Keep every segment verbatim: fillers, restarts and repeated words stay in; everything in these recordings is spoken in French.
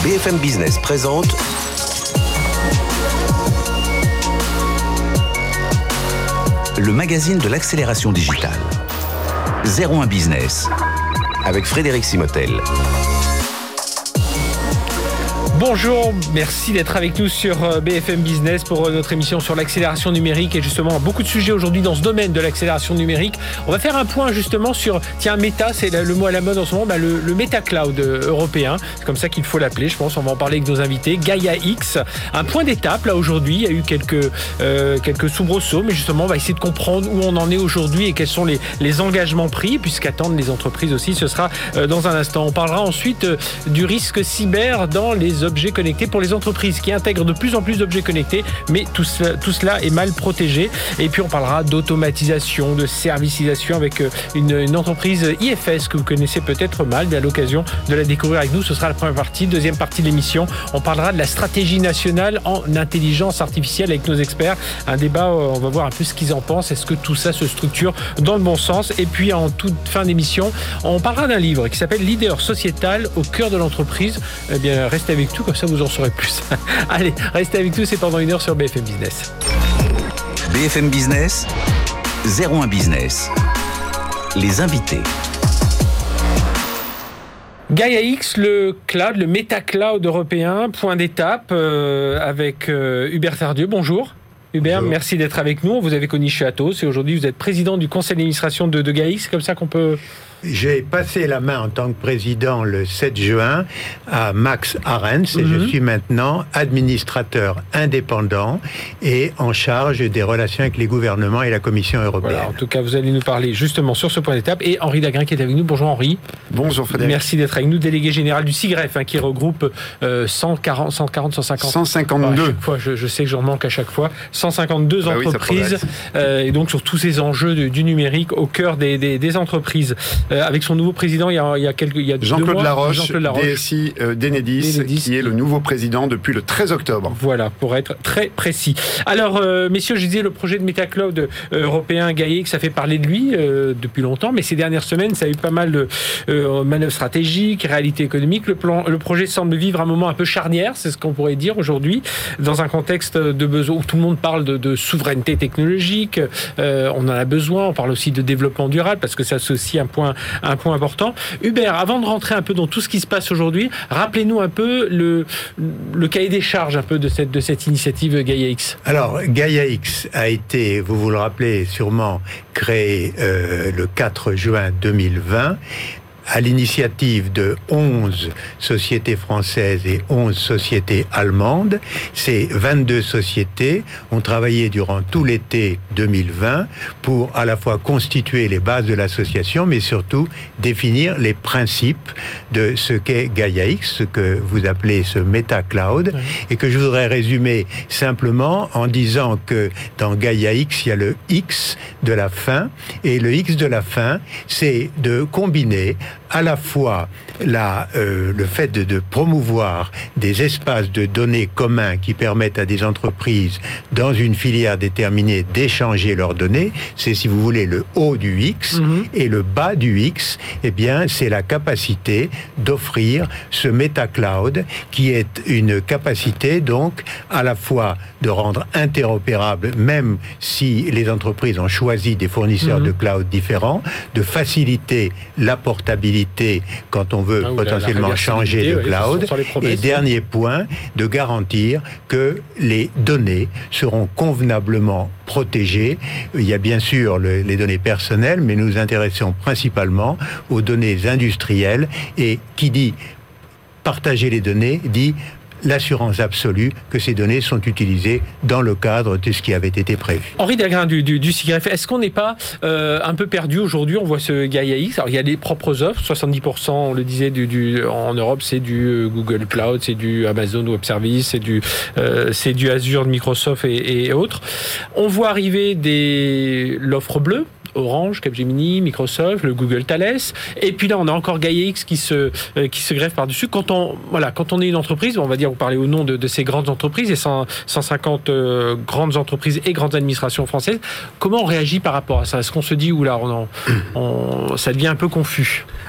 B F M Business présente le magazine de l'accélération digitale. zéro un Business avec Frédéric Simotel. Bonjour, merci d'être avec nous sur B F M Business pour notre émission sur l'accélération numérique et justement beaucoup de sujets aujourd'hui dans ce domaine de l'accélération numérique. On va faire un point justement sur, tiens, Meta, c'est le mot à la mode en ce moment, bah le, le Meta Cloud européen, c'est comme ça qu'il faut l'appeler, je pense, on va en parler avec nos invités. Gaia X, un point d'étape là aujourd'hui, il y a eu quelques, euh, quelques soubresauts, mais justement on va essayer de comprendre où on en est aujourd'hui et quels sont les, les engagements pris, puisqu'attendent les entreprises aussi, ce sera euh, dans un instant. On parlera ensuite euh, du risque cyber dans les objets connectés pour les entreprises qui intègrent de plus en plus d'objets connectés, mais tout cela, tout cela est mal protégé. Et puis on parlera d'automatisation, de servicisation avec une, une entreprise I F S que vous connaissez peut-être mal, mais à l'occasion de la découvrir avec nous, ce sera la première partie. Deuxième partie de l'émission, on parlera de la stratégie nationale en intelligence artificielle avec nos experts. Un débat, on va voir un peu ce qu'ils en pensent. Est-ce que tout ça se structure dans le bon sens? Et puis en toute fin d'émission, on parlera d'un livre qui s'appelle Leader sociétal au cœur de l'entreprise. Eh bien, restez avec nous, comme ça vous en saurez plus. Allez, restez avec nous, c'est pendant une heure sur B F M Business. B F M Business, zéro un Business. Les invités. Gaia X, le cloud, le Meta Cloud européen, point d'étape euh, avec euh, Hubert Tardieu. Bonjour. Hubert, bonjour. Merci d'être avec nous. Vous avez connu chez Atos et aujourd'hui vous êtes président du conseil d'administration de, de Gaia X. C'est comme ça qu'on peut... J'ai passé la main en tant que président le sept juin à Max Arends et mmh. je suis maintenant administrateur indépendant et en charge des relations avec les gouvernements et la Commission européenne. Voilà, en tout cas, vous allez nous parler justement sur ce point d'étape. Et Henri Dagrin qui est avec nous. Bonjour Henri. Bonjour Frédéric. Merci d'être avec nous, délégué général du SIGREF hein, qui regroupe euh, cent quarante, cent quarante, cent cinquante... cent cinquante-deux. À chaque fois, je, je sais que j'en manque à chaque fois. cent cinquante-deux bah entreprises oui, euh, et donc sur tous ces enjeux de, du numérique au cœur des, des, des entreprises. Euh, avec son nouveau président, il y a, il y a quelques, il y a Jean-Claude deux mois, Laroche, Jean-Claude Laroche, D S I euh, d'Enedis, Enedis, qui est le nouveau président depuis le treize octobre. Voilà, pour être très précis. Alors, euh, messieurs, je disais, le projet de Meta Cloud euh, européen, Gaia X, ça fait parler de lui euh, depuis longtemps, mais ces dernières semaines, ça a eu pas mal de euh, manœuvres stratégiques, réalités économiques. Le, plan, le projet semble vivre un moment un peu charnière, c'est ce qu'on pourrait dire aujourd'hui, dans un contexte de besoin où tout le monde parle de, de souveraineté technologique, euh, on en a besoin, on parle aussi de développement durable, parce que ça, c'est aussi un point, un point important. Hubert, avant de rentrer un peu dans tout ce qui se passe aujourd'hui, rappelez-nous un peu le, le cahier des charges un peu de cette, de cette initiative Gaia X. Alors, Gaia X a été, vous vous le rappelez sûrement, créé euh, le quatre juin deux mille vingt. À l'initiative de onze sociétés françaises et onze sociétés allemandes. Ces vingt-deux sociétés ont travaillé durant tout l'été deux mille vingt pour à la fois constituer les bases de l'association, mais surtout définir les principes de ce qu'est Gaia X, ce que vous appelez ce Meta Cloud, oui. Et que je voudrais résumer simplement en disant que dans Gaia X, il y a le X de la fin, et le X de la fin, c'est de combiner à la fois la, euh, le fait de, de promouvoir des espaces de données communs qui permettent à des entreprises dans une filière déterminée d'échanger leurs données, c'est si vous voulez le haut du X, mm-hmm. et le bas du X, eh bien c'est la capacité d'offrir ce Meta Cloud qui est une capacité donc à la fois de rendre interopérable, même si les entreprises ont choisi des fournisseurs mm-hmm. de cloud différents, de faciliter la portabilité quand on veut ah, potentiellement la, la changer de cloud. Ouais, et dernier point, de garantir que les données seront convenablement protégées. Il y a bien sûr le, les données personnelles, mais nous nous intéressons principalement aux données industrielles. Et qui dit partager les données, dit l'assurance absolue que ces données sont utilisées dans le cadre de ce qui avait été prévu. Henri Dagrin du, du, du SIGREF, est-ce qu'on n'est pas euh, un peu perdu aujourd'hui? On voit ce Gaia X, alors il y a les propres offres, soixante-dix pour cent, on le disait, du, du, en Europe, c'est du Google Cloud, c'est du Amazon Web Services, c'est du, euh, c'est du Azure de Microsoft et, et autres. On voit arriver des, l'offre bleue, Orange, Capgemini, Microsoft, le Google Thales, et puis là on a encore Gaia X qui se euh, qui se greffe par-dessus. Quand on voilà, quand on est une entreprise, on va dire, vous parlez au nom de, de ces grandes entreprises et cent, cent cinquante euh, grandes entreprises et grandes administrations françaises, comment on réagit par rapport à ça? Est-ce qu'on se dit oula, on, on, ça devient un peu confus?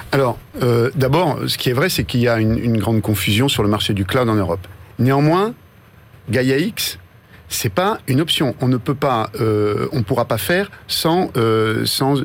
Alors, euh, d'abord, ce qui est vrai, c'est qu'il y a une, une grande confusion sur le marché du cloud en Europe. Néanmoins, Gaia-X, c'est pas une option. On ne peut pas, euh, on pourra pas faire sans euh, sans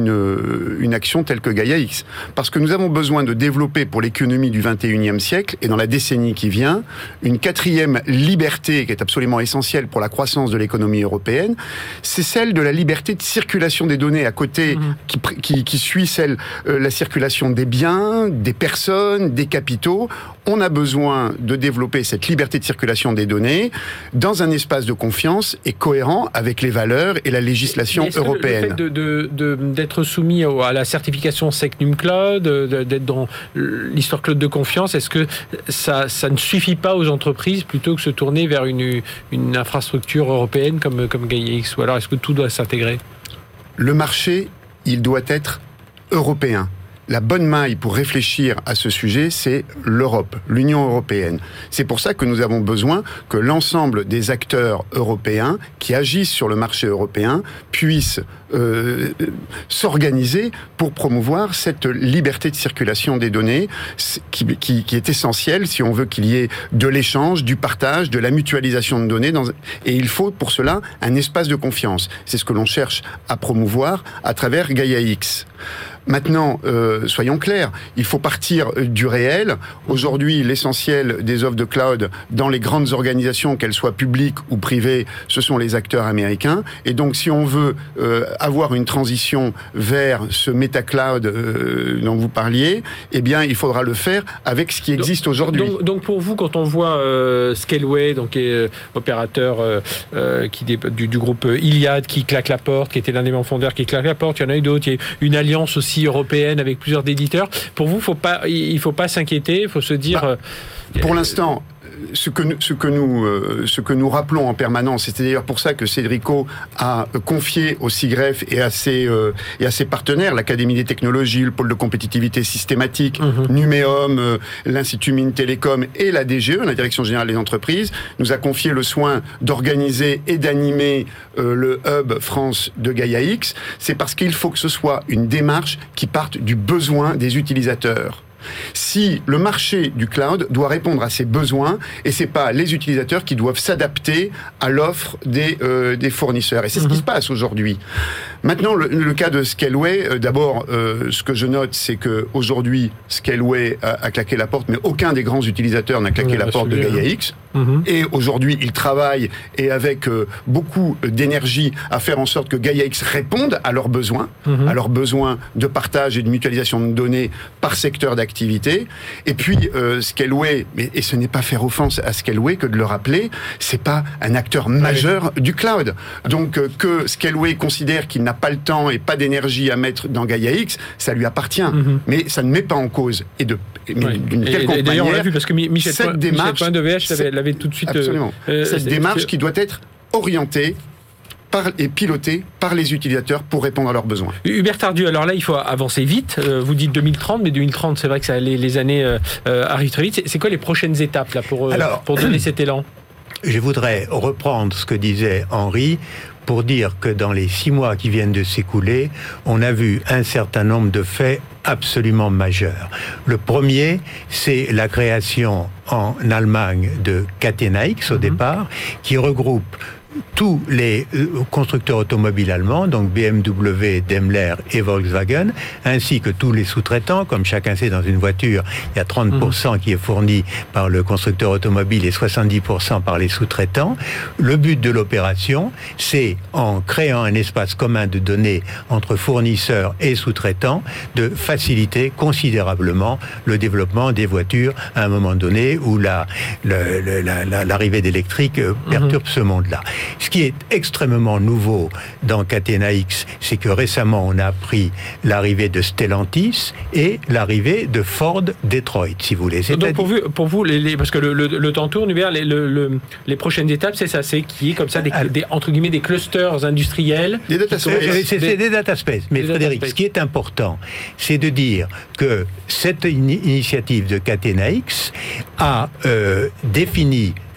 une une action telle que Gaia-X, parce que nous avons besoin de développer pour l'économie du vingt et unième siècle et dans la décennie qui vient une quatrième liberté qui est absolument essentielle pour la croissance de l'économie européenne. C'est celle de la liberté de circulation des données à côté mmh. qui, qui qui suit celle euh, la circulation des biens, des personnes, des capitaux. On a besoin de développer cette liberté de circulation des données dans un espace de confiance et cohérent avec les valeurs et la législation est-ce européenne. Le fait de, de, de, d'être soumis à la certification SecNum Cloud, d'être dans l'histoire cloud de confiance, est-ce que ça, ça ne suffit pas aux entreprises plutôt que se tourner vers une, une infrastructure européenne comme, comme Gaia-X, ou alors est-ce que tout doit s'intégrer ? Le marché, il doit être européen. La bonne maille pour réfléchir à ce sujet, c'est l'Europe, l'Union européenne. C'est pour ça que nous avons besoin que l'ensemble des acteurs européens qui agissent sur le marché européen puissent euh, s'organiser pour promouvoir cette liberté de circulation des données qui, qui, qui est essentielle si on veut qu'il y ait de l'échange, du partage, de la mutualisation de données. Dans, et il faut pour cela un espace de confiance. C'est ce que l'on cherche à promouvoir à travers Gaia-X. Maintenant, euh, soyons clairs, il faut partir du réel. Aujourd'hui, l'essentiel des offres de cloud dans les grandes organisations, qu'elles soient publiques ou privées, ce sont les acteurs américains. Et donc, si on veut euh, avoir une transition vers ce métacloud euh, dont vous parliez, eh bien, il faudra le faire avec ce qui existe donc, aujourd'hui. Donc, donc, pour vous, quand on voit euh, Scaleway, donc euh, opérateur euh, euh, qui du, du groupe Iliad, qui claque la porte, qui était l'un des membres fondateurs, qui claque la porte, il y en a eu d'autres. Il y a une alliance aussi européenne avec plusieurs éditeurs. Pour vous, faut pas, il ne faut pas s'inquiéter, il faut se dire... Bah, pour euh, l'instant, ce que, nous, ce, que nous, euh, ce que nous rappelons en permanence, et c'est d'ailleurs pour ça que Cédrico a confié au SIGREF et à ses, euh, et à ses partenaires, l'Académie des technologies, le pôle de compétitivité systématique, mm-hmm. Numéum, euh, l'Institut Mines Télécom et la D G E, la Direction Générale des Entreprises, nous a confié le soin d'organiser et d'animer euh, le Hub France de Gaia-X. C'est parce qu'il faut que ce soit une démarche qui parte du besoin des utilisateurs. Si le marché du cloud doit répondre à ses besoins, et c'est pas les utilisateurs qui doivent s'adapter à l'offre des, euh, des fournisseurs. Et c'est mm-hmm. ce qui se passe aujourd'hui. Maintenant, le, le cas de Scaleway, euh, d'abord, euh, ce que je note, c'est que aujourd'hui, Scaleway a, a claqué la porte, mais aucun des grands utilisateurs n'a claqué ouais, la porte de Gaia-X. Mm-hmm. Et aujourd'hui, ils travaillent et avec euh, beaucoup d'énergie à faire en sorte que Gaia-X réponde à leurs besoins, mm-hmm. à leurs besoins de partage et de mutualisation de données par secteur d'activité. Et puis, euh, Scaleway, mais, et ce n'est pas faire offense à Scaleway que de le rappeler, c'est pas un acteur majeur ouais. du cloud. Donc, euh, que Scaleway considère qu'il n'a pas le temps et pas d'énergie à mettre dans Gaia-X, ça lui appartient. Mm-hmm. Mais ça ne met pas en cause. Et de, mais ouais. d'une et, quelconque et d'ailleurs, manière, on l'a vu parce que Michel cette Point, démarche, Michel Point de V H l'avait, l'avait tout de suite... Absolument. Euh, cette démarche qui doit être orientée par, et pilotée par les utilisateurs pour répondre à leurs besoins. Hubert Tardieu, alors là, il faut avancer vite. Euh, vous dites deux mille trente, mais deux mille trente, c'est vrai que ça, les, les années euh, arrivent très vite. C'est, c'est quoi les prochaines étapes là, pour, alors, pour donner cet élan ? Je voudrais reprendre ce que disait Henri pour dire que dans les six mois qui viennent de s'écouler, on a vu un certain nombre de faits absolument majeurs. Le premier, c'est la création en Allemagne de Catena-X au mmh. départ, qui regroupe tous les constructeurs automobiles allemands, donc B M W, Daimler et Volkswagen, ainsi que tous les sous-traitants. Comme chacun sait, dans une voiture, il y a trente pour cent qui est fourni par le constructeur automobile et soixante-dix pour cent par les sous-traitants. Le but de l'opération, c'est, en créant un espace commun de données entre fournisseurs et sous-traitants, de faciliter considérablement le développement des voitures à un moment donné où la, la, la, la, l'arrivée d'électrique perturbe mmh. ce monde-là. Ce qui est extrêmement nouveau dans Catena-X, c'est que récemment on a appris l'arrivée de Stellantis et l'arrivée de Ford Detroit, si vous voulez. Donc pour vous, pour vous les, les, parce que le, le, le temps tourne, Hubert, les, le, le, les prochaines étapes, c'est ça, c'est qui est comme ça des, des entre guillemets des clusters industriels. Des data space. C'est, c'est des data space. Mais des Frédéric, ce qui est important, c'est de dire que cette in- initiative de Catena-X a euh, défini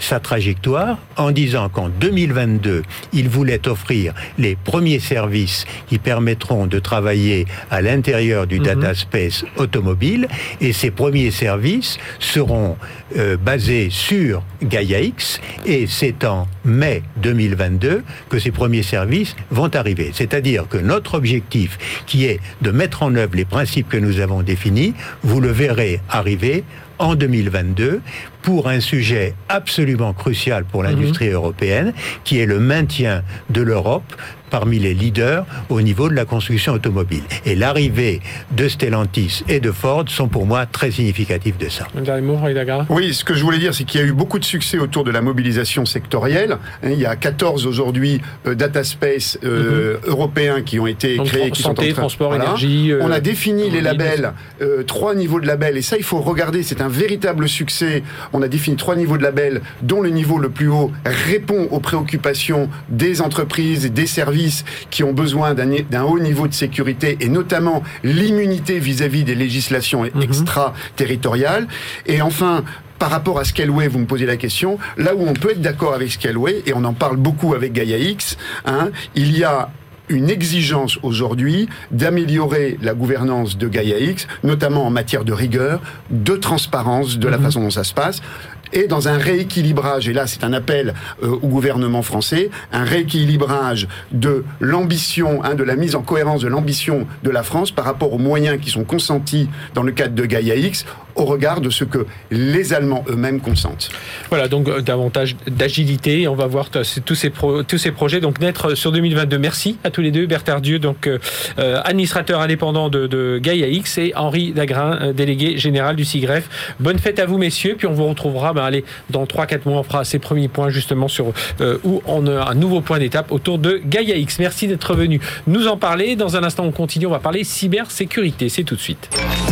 sa trajectoire en disant qu'en deux mille vingt-deux, il voulait offrir les premiers services qui permettront de travailler à l'intérieur du mmh. data space automobile, et ces premiers services seront euh, basés sur Gaia-X, et c'est en mai deux mille vingt-deux que ces premiers services vont arriver. C'est-à-dire que notre objectif, qui est de mettre en œuvre les principes que nous avons définis, vous le verrez arriver en deux mille vingt-deux pour un sujet absolument crucial pour l'industrie mmh. européenne, qui est le maintien de l'Europe parmi les leaders au niveau de la construction automobile. Et l'arrivée de Stellantis et de Ford sont pour moi très significatifs de ça. Un dernier mot, Henri Dagrin ? Oui, ce que je voulais dire, c'est qu'il y a eu beaucoup de succès autour de la mobilisation sectorielle. Il y a quatorze aujourd'hui euh, data space euh, mmh. européens qui ont été Donc, créés, qui santé, sont en train... transport, voilà. énergie... Euh, On a défini les labels, euh, trois niveaux de labels, et ça, il faut regarder, c'est un véritable succès. On a défini trois niveaux de labels, dont le niveau le plus haut répond aux préoccupations des entreprises et des services qui ont besoin d'un, d'un haut niveau de sécurité, et notamment l'immunité vis-à-vis des législations mmh. extraterritoriales. Et enfin, par rapport à Scaleway, vous me posez la question, là où on peut être d'accord avec Scaleway, et on en parle beaucoup avec Gaia-X, hein, il y a une exigence aujourd'hui d'améliorer la gouvernance de Gaia-X, notamment en matière de rigueur, de transparence de la mmh. façon dont ça se passe, et dans un rééquilibrage, et là c'est un appel euh, au gouvernement français, un rééquilibrage de l'ambition, hein, de la mise en cohérence de l'ambition de la France par rapport aux moyens qui sont consentis dans le cadre de Gaia-X, au regard de ce que les Allemands eux-mêmes consentent. Voilà, donc euh, davantage d'agilité. On va voir t- tous ces, pro- tous ces projets donc naître sur deux mille vingt-deux. Merci à tous les deux. Berthe Herdieu, donc euh, administrateur indépendant de, de Gaia-X, et Henri Dagrin, euh, délégué général du SIGREF. Bonne fête à vous, messieurs. Puis on vous retrouvera ben, allez, dans trois quatre mois. On fera ces premiers points justement sur euh, où on a un nouveau point d'étape autour de Gaia-X. Merci d'être venu nous en parler. Dans un instant, on continue. On va parler cybersécurité. C'est tout de suite.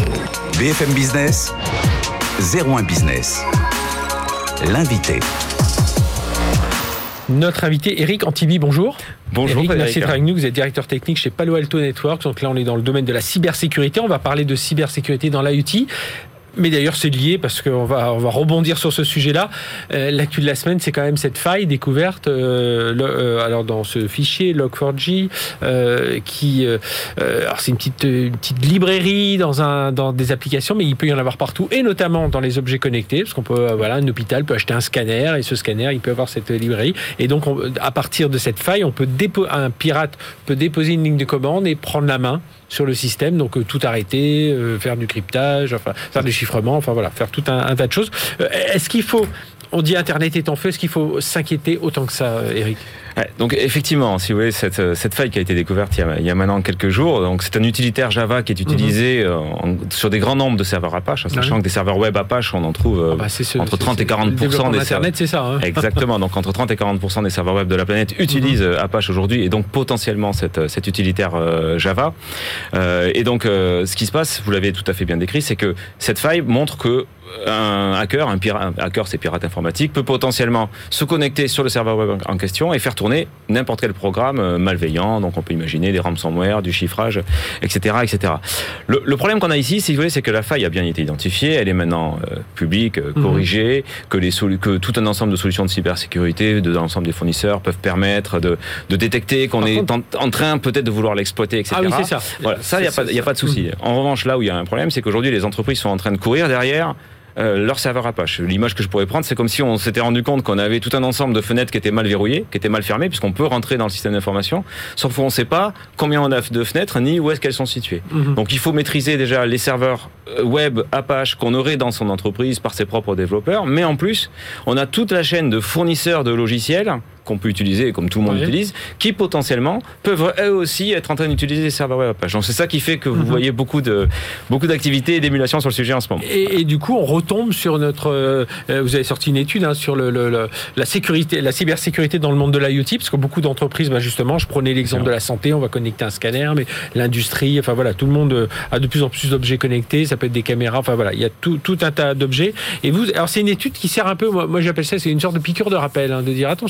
B F M Business, zéro un Business, l'invité. Notre invité, Eric Antibi, bonjour. Bonjour Eric, Frédéric. merci d'être avec nous. Vous êtes directeur technique chez Palo Alto Networks. Donc là, on est dans le domaine de la cybersécurité. On va parler de cybersécurité dans l'I O T. Mais d'ailleurs, c'est lié parce qu'on va, on va rebondir sur ce sujet-là. Euh, l'actu de la semaine, c'est quand même cette faille découverte euh, le, euh, alors dans ce fichier log four j euh, qui, euh, alors c'est une petite, une petite librairie dans, un, dans des applications, mais il peut y en avoir partout, et notamment dans les objets connectés, parce qu'on peut, euh, voilà, un hôpital peut acheter un scanner, et ce scanner, il peut avoir cette librairie. Et donc, on, à partir de cette faille, on peut dépo- un pirate peut déposer une ligne de commande et prendre la main sur le système, donc euh, tout arrêter, euh, faire du cryptage, enfin faire du chiffrement, enfin voilà, faire tout un, un tas de choses. Euh, est-ce qu'il faut, on dit Internet est en feu, est-ce qu'il faut s'inquiéter autant que ça, Eric ? Ouais, donc effectivement, si vous voulez, cette, cette faille qui a été découverte il y a, il y a maintenant quelques jours, donc c'est un utilitaire Java qui est utilisé mmh. en, sur des grands nombres de serveurs Apache, sachant ah oui. que des serveurs web Apache, on en trouve ah bah ce, entre trente et quarante pour cent des serveurs. c'est ça. Hein. Exactement, donc entre trente et quarante pour cent des serveurs web de la planète utilisent mmh. Apache aujourd'hui, et donc potentiellement cette, cet utilitaire euh, Java. Euh, et donc, euh, ce qui se passe, vous l'avez tout à fait bien décrit, c'est que cette faille montre que un hacker, un, pirate, un hacker, c'est pirate informatique, peut potentiellement se connecter sur le serveur web en question et faire tourner n'importe quel programme malveillant. Donc on peut imaginer des ransomware, du chiffrage, et cetera, et cetera. Le, le problème qu'on a ici, si vous voulez, c'est que la faille a bien été identifiée, elle est maintenant euh, publique, euh, corrigée, mmh. que, les solu- que tout un ensemble de solutions de cybersécurité de l'ensemble des fournisseurs peuvent permettre de, de détecter qu'on Par est contre... en, en train peut-être de vouloir l'exploiter, et cetera. Ah oui, c'est ça. Voilà, ça, il n'y a, a pas de souci. Mmh. En revanche, là où il y a un problème, c'est qu'aujourd'hui, les entreprises sont en train de courir derrière Euh, leur serveur Apache. L'image que je pourrais prendre, c'est comme si on s'était rendu compte qu'on avait tout un ensemble de fenêtres qui étaient mal verrouillées, qui étaient mal fermées, puisqu'on peut rentrer dans le système d'information, sauf qu'on ne sait pas combien on a de fenêtres, ni où est-ce qu'elles sont situées. Mmh. Donc il faut maîtriser déjà les serveurs web Apache qu'on aurait dans son entreprise par ses propres développeurs, mais en plus, on a toute la chaîne de fournisseurs de logiciels qu'on peut utiliser, comme tout le monde oui. utilise, qui potentiellement peuvent eux aussi être en train d'utiliser les serveurs web Apache. Donc c'est ça qui fait que vous mmh. voyez beaucoup de beaucoup d'activités et d'émulation sur le sujet en ce moment. Et, et du coup, on retombe sur notre. Euh, vous avez sorti une étude hein, sur le, le, le, la sécurité, la cybersécurité dans le monde de l'I O T, parce que beaucoup d'entreprises, bah justement, je prenais l'exemple de la santé, on va connecter un scanner, mais l'industrie, enfin voilà, tout le monde a de plus en plus d'objets connectés. Ça peut être des caméras, enfin voilà, il y a tout, tout un tas d'objets. Et vous, alors c'est une étude qui sert un peu, moi, moi j'appelle ça, c'est une sorte de piqûre de rappel, hein, de dire attention.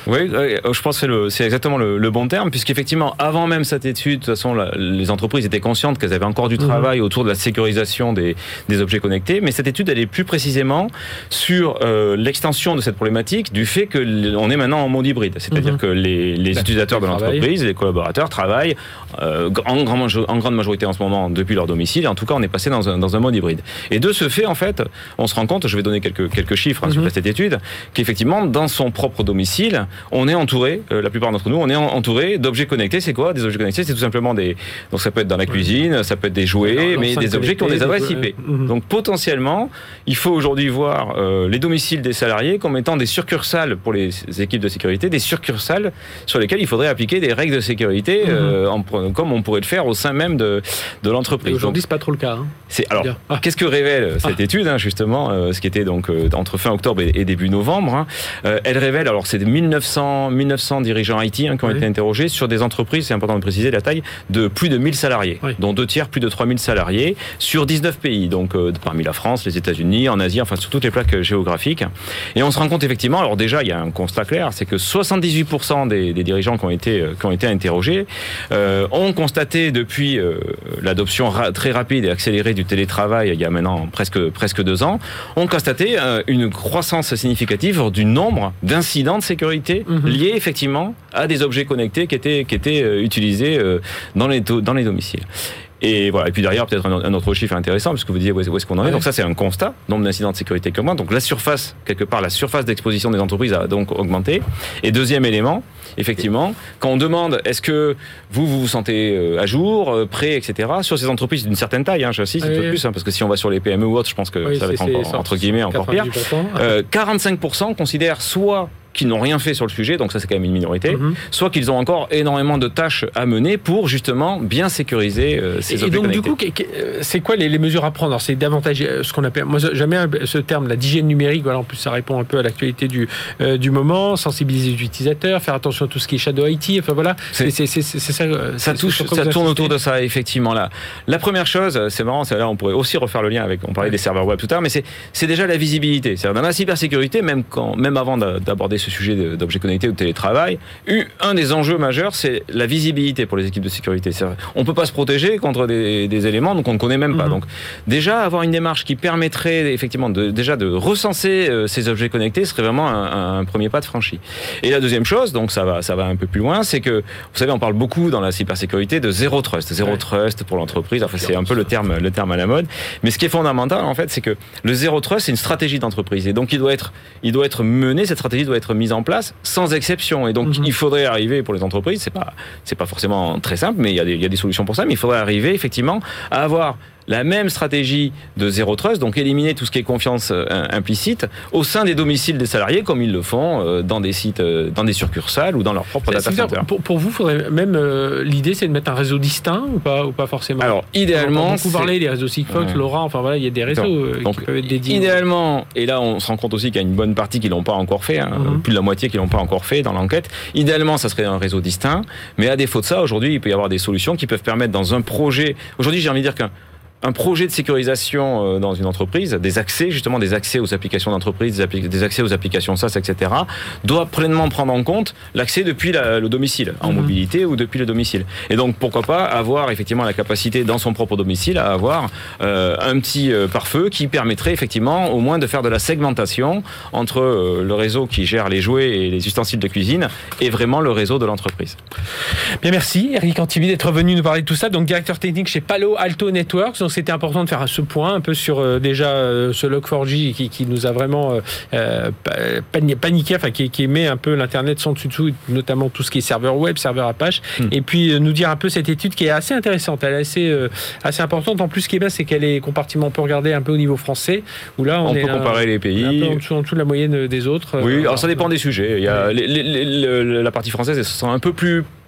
Oui, je pense que c'est, le, c'est exactement le, le bon terme, puisqu'effectivement, avant même cette étude, de toute façon, la, les entreprises étaient conscientes qu'elles avaient encore du travail mmh. autour de la sécurisation des, des objets connectés, mais cette étude, elle est plus précisément sur euh, l'extension de cette problématique du fait qu'on est maintenant en mode hybride. C'est-à-dire mmh. que les, les utilisateurs de l'entreprise, les collaborateurs travaillent euh, en, grand, en grande majorité en ce moment depuis leur domicile, et en tout cas, on est passé dans un, dans un mode hybride. Et de ce fait, en fait, on se rend compte, je vais donner quelques, quelques chiffres hein, mmh. sur cette étude, qu'effectivement, dans son propre domicile, on est entouré, euh, la plupart d'entre nous, on est entouré d'objets connectés. C'est quoi des objets connectés? C'est tout simplement des... Donc ça peut être dans la cuisine, ça peut être des jouets, mais des objets qui ont des adresses I P. Mmh. Donc potentiellement, il faut aujourd'hui voir euh, les domiciles des salariés comme étant des succursales pour les équipes de sécurité, des succursales sur lesquelles il faudrait appliquer des règles de sécurité, mmh. euh, en, comme on pourrait le faire au sein même de, de l'entreprise. Et aujourd'hui, donc, c'est pas trop le cas. Hein. C'est, alors, ah. qu'est-ce que révèle cette ah. étude, hein, justement, euh, ce qui était donc euh, entre fin octobre et, et début novembre hein, euh, elle révèle, alors c'est de mille neuf cents dirigeants I T hein, qui ont oui. été interrogés sur des entreprises, c'est important de préciser la taille, de plus de mille salariés, oui. dont deux tiers, plus de trois mille salariés, sur dix-neuf pays, donc euh, parmi la France, les États-Unis, en Asie, enfin sur toutes les plaques géographiques. Et on se rend compte effectivement, alors déjà il y a un constat clair, c'est que soixante-dix-huit pour cent des, des dirigeants qui ont été, qui ont été interrogés euh, ont constaté depuis euh, l'adoption ra- très rapide et accélérée du télétravail il y a maintenant presque, presque deux ans, ont constaté euh, une croissance significative du nombre d'incidents de sécurité mmh. liés effectivement à des objets connectés qui étaient, qui étaient euh, utilisés euh, dans, les do- dans les domiciles. Et voilà. Et puis derrière, peut-être un autre chiffre intéressant, puisque vous disiez où est-ce qu'on en est. Ouais. Donc ça, c'est un constat, nombre d'incidents de sécurité qui augmente. Donc la surface, quelque part, la surface d'exposition des entreprises a donc augmenté. Et deuxième élément, effectivement, quand on demande est-ce que vous vous, vous sentez à jour, prêt, et cetera, sur ces entreprises d'une certaine taille, hein, j'insiste, oui, un peu plus, hein, parce que si on va sur les P M E ou autres, je pense que oui, ça va être encore, ça, entre guillemets encore pire. Euh, quarante-cinq pour cent considèrent soit qui n'ont rien fait sur le sujet, donc ça c'est quand même une minorité, mmh. soit qu'ils ont encore énormément de tâches à mener pour justement bien sécuriser euh, ces et objets donc connectés. Du coup, c'est quoi les, les mesures à prendre? Alors, c'est davantage ce qu'on appelle, moi j'aime bien ce terme, la d'hygiène numérique, voilà, en plus ça répond un peu à l'actualité du, euh, du moment, sensibiliser les utilisateurs, faire attention à tout ce qui est shadow I T, enfin voilà, c'est, c'est, c'est, c'est, c'est ça. Ça, touche, ça tourne autour de ça, effectivement. Là. La première chose, c'est marrant, c'est là on pourrait aussi refaire le lien avec, on parlait ouais. des serveurs web tout à l'heure, mais c'est, c'est déjà la visibilité. C'est-à-dire dans la cybersécurité, même, quand, même avant d'aborder ce sujet d'objets connecté ou de télétravail, un des enjeux majeurs, c'est la visibilité pour les équipes de sécurité. On ne peut pas se protéger contre des, des éléments donc on ne connaît même pas. Mm-hmm. Donc déjà, avoir une démarche qui permettrait effectivement de, déjà de recenser euh, ces objets connectés serait vraiment un, un premier pas de franchi. Et la deuxième chose, donc ça va, ça va un peu plus loin, c'est que, vous savez, on parle beaucoup dans la cybersécurité de zéro trust. Zéro ouais. trust pour l'entreprise, enfin c'est un peu le terme, le terme à la mode. Mais ce qui est fondamental, en fait, c'est que le zéro trust, c'est une stratégie d'entreprise. Et donc il doit être, il doit être mené, cette stratégie doit être mise en place sans exception. Et donc, mm-hmm. il faudrait arriver pour les entreprises, c'est pas, c'est pas forcément très simple, mais il y a des, il y a des solutions pour ça, mais il faudrait arriver effectivement à avoir la même stratégie de zéro trust, donc éliminer tout ce qui est confiance euh, implicite au sein des domiciles des salariés, comme ils le font euh, dans des sites, euh, dans des succursales ou dans leur propre data center. Pour, pour vous, faudrait même euh, l'idée, c'est de mettre un réseau distinct ou pas, ou pas forcément. Alors, idéalement, on peut parler des réseaux Sigfox, ouais. Laura, enfin voilà, il y a des réseaux euh, donc, qui peuvent être dédiés. Idéalement, et là, on se rend compte aussi qu'il y a une bonne partie qui l'ont pas encore fait, hein, mm-hmm. plus de la moitié qui l'ont pas encore fait dans l'enquête. Idéalement, ça serait un réseau distinct, mais à défaut de ça, aujourd'hui, il peut y avoir des solutions qui peuvent permettre dans un projet. Aujourd'hui, j'ai envie de dire qu'un un projet de sécurisation dans une entreprise, des accès, justement des accès aux applications d'entreprise, des, appli- des accès aux applications SaaS, et cetera, doit pleinement prendre en compte l'accès depuis la, le domicile, en mmh. mobilité ou depuis le domicile. Et donc, pourquoi pas avoir effectivement la capacité dans son propre domicile à avoir euh, un petit euh, pare-feu qui permettrait effectivement au moins de faire de la segmentation entre euh, le réseau qui gère les jouets et les ustensiles de cuisine et vraiment le réseau de l'entreprise. Bien, merci Eric Antibi d'être venu nous parler de tout ça. Donc, directeur technique chez Palo Alto Networks. Donc, c'était important de faire ce point un peu sur euh, déjà euh, ce log quatre j qui, qui nous a vraiment euh, paniqué, enfin qui, qui met un peu l'internet sans dessus dessous, notamment tout ce qui est serveur web, serveur Apache, mmh. et puis euh, nous dire un peu cette étude qui est assez intéressante, elle est assez euh, assez importante. En plus, ce qui est bien, c'est qu'elle est compartimenté, on peut regarder un peu au niveau français, où là on, on est peut un, comparer les pays, un peu en dessous, en dessous de la moyenne des autres. Oui, euh, alors ça dépend des sujets. Il y a les, les, les, la partie française, elle se sent un peu plus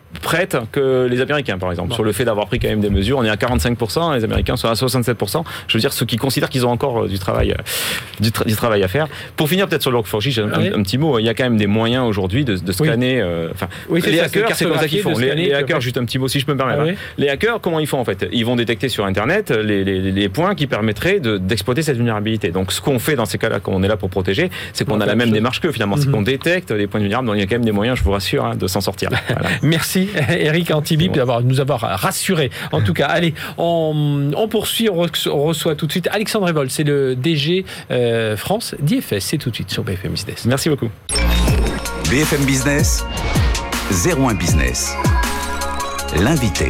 prête que les Américains, par exemple, bon. sur le fait d'avoir pris quand même des mesures. On est à quarante-cinq pour cent, les Américains sont à soixante-sept pour cent. Je veux dire, ceux qui considèrent qu'ils ont encore du travail, du, tra- du travail à faire. Pour finir, peut-être sur le log four j, j'ai un, oui. un, un petit mot. Il y a quand même des moyens aujourd'hui de, de scanner. Enfin, oui. euh, oui, les hackers, c'est comme ça qu'ils font. Les, les hackers, juste un petit mot, si je peux me permettre. Ah, oui. Les hackers, comment ils font en fait ? Ils vont détecter sur Internet les, les, les points qui permettraient de, d'exploiter cette vulnérabilité. Donc, ce qu'on fait dans ces cas-là, quand on est là pour protéger, c'est qu'on a la même démarche qu'eux finalement. Mm-hmm. C'est qu'on détecte les points vulnérables. Donc, il y a quand même des moyens, je vous rassure, hein, de s'en sortir. Voilà. Merci, Eric Antibip, bon. d'avoir nous avoir rassurés. En tout cas, allez, on, on poursuit. On reçoit tout de suite Alexandre Revol, c'est le D G euh, France d'I F S. C'est tout de suite sur B F M Business. Merci beaucoup. B F M Business, zéro un Business. L'invité.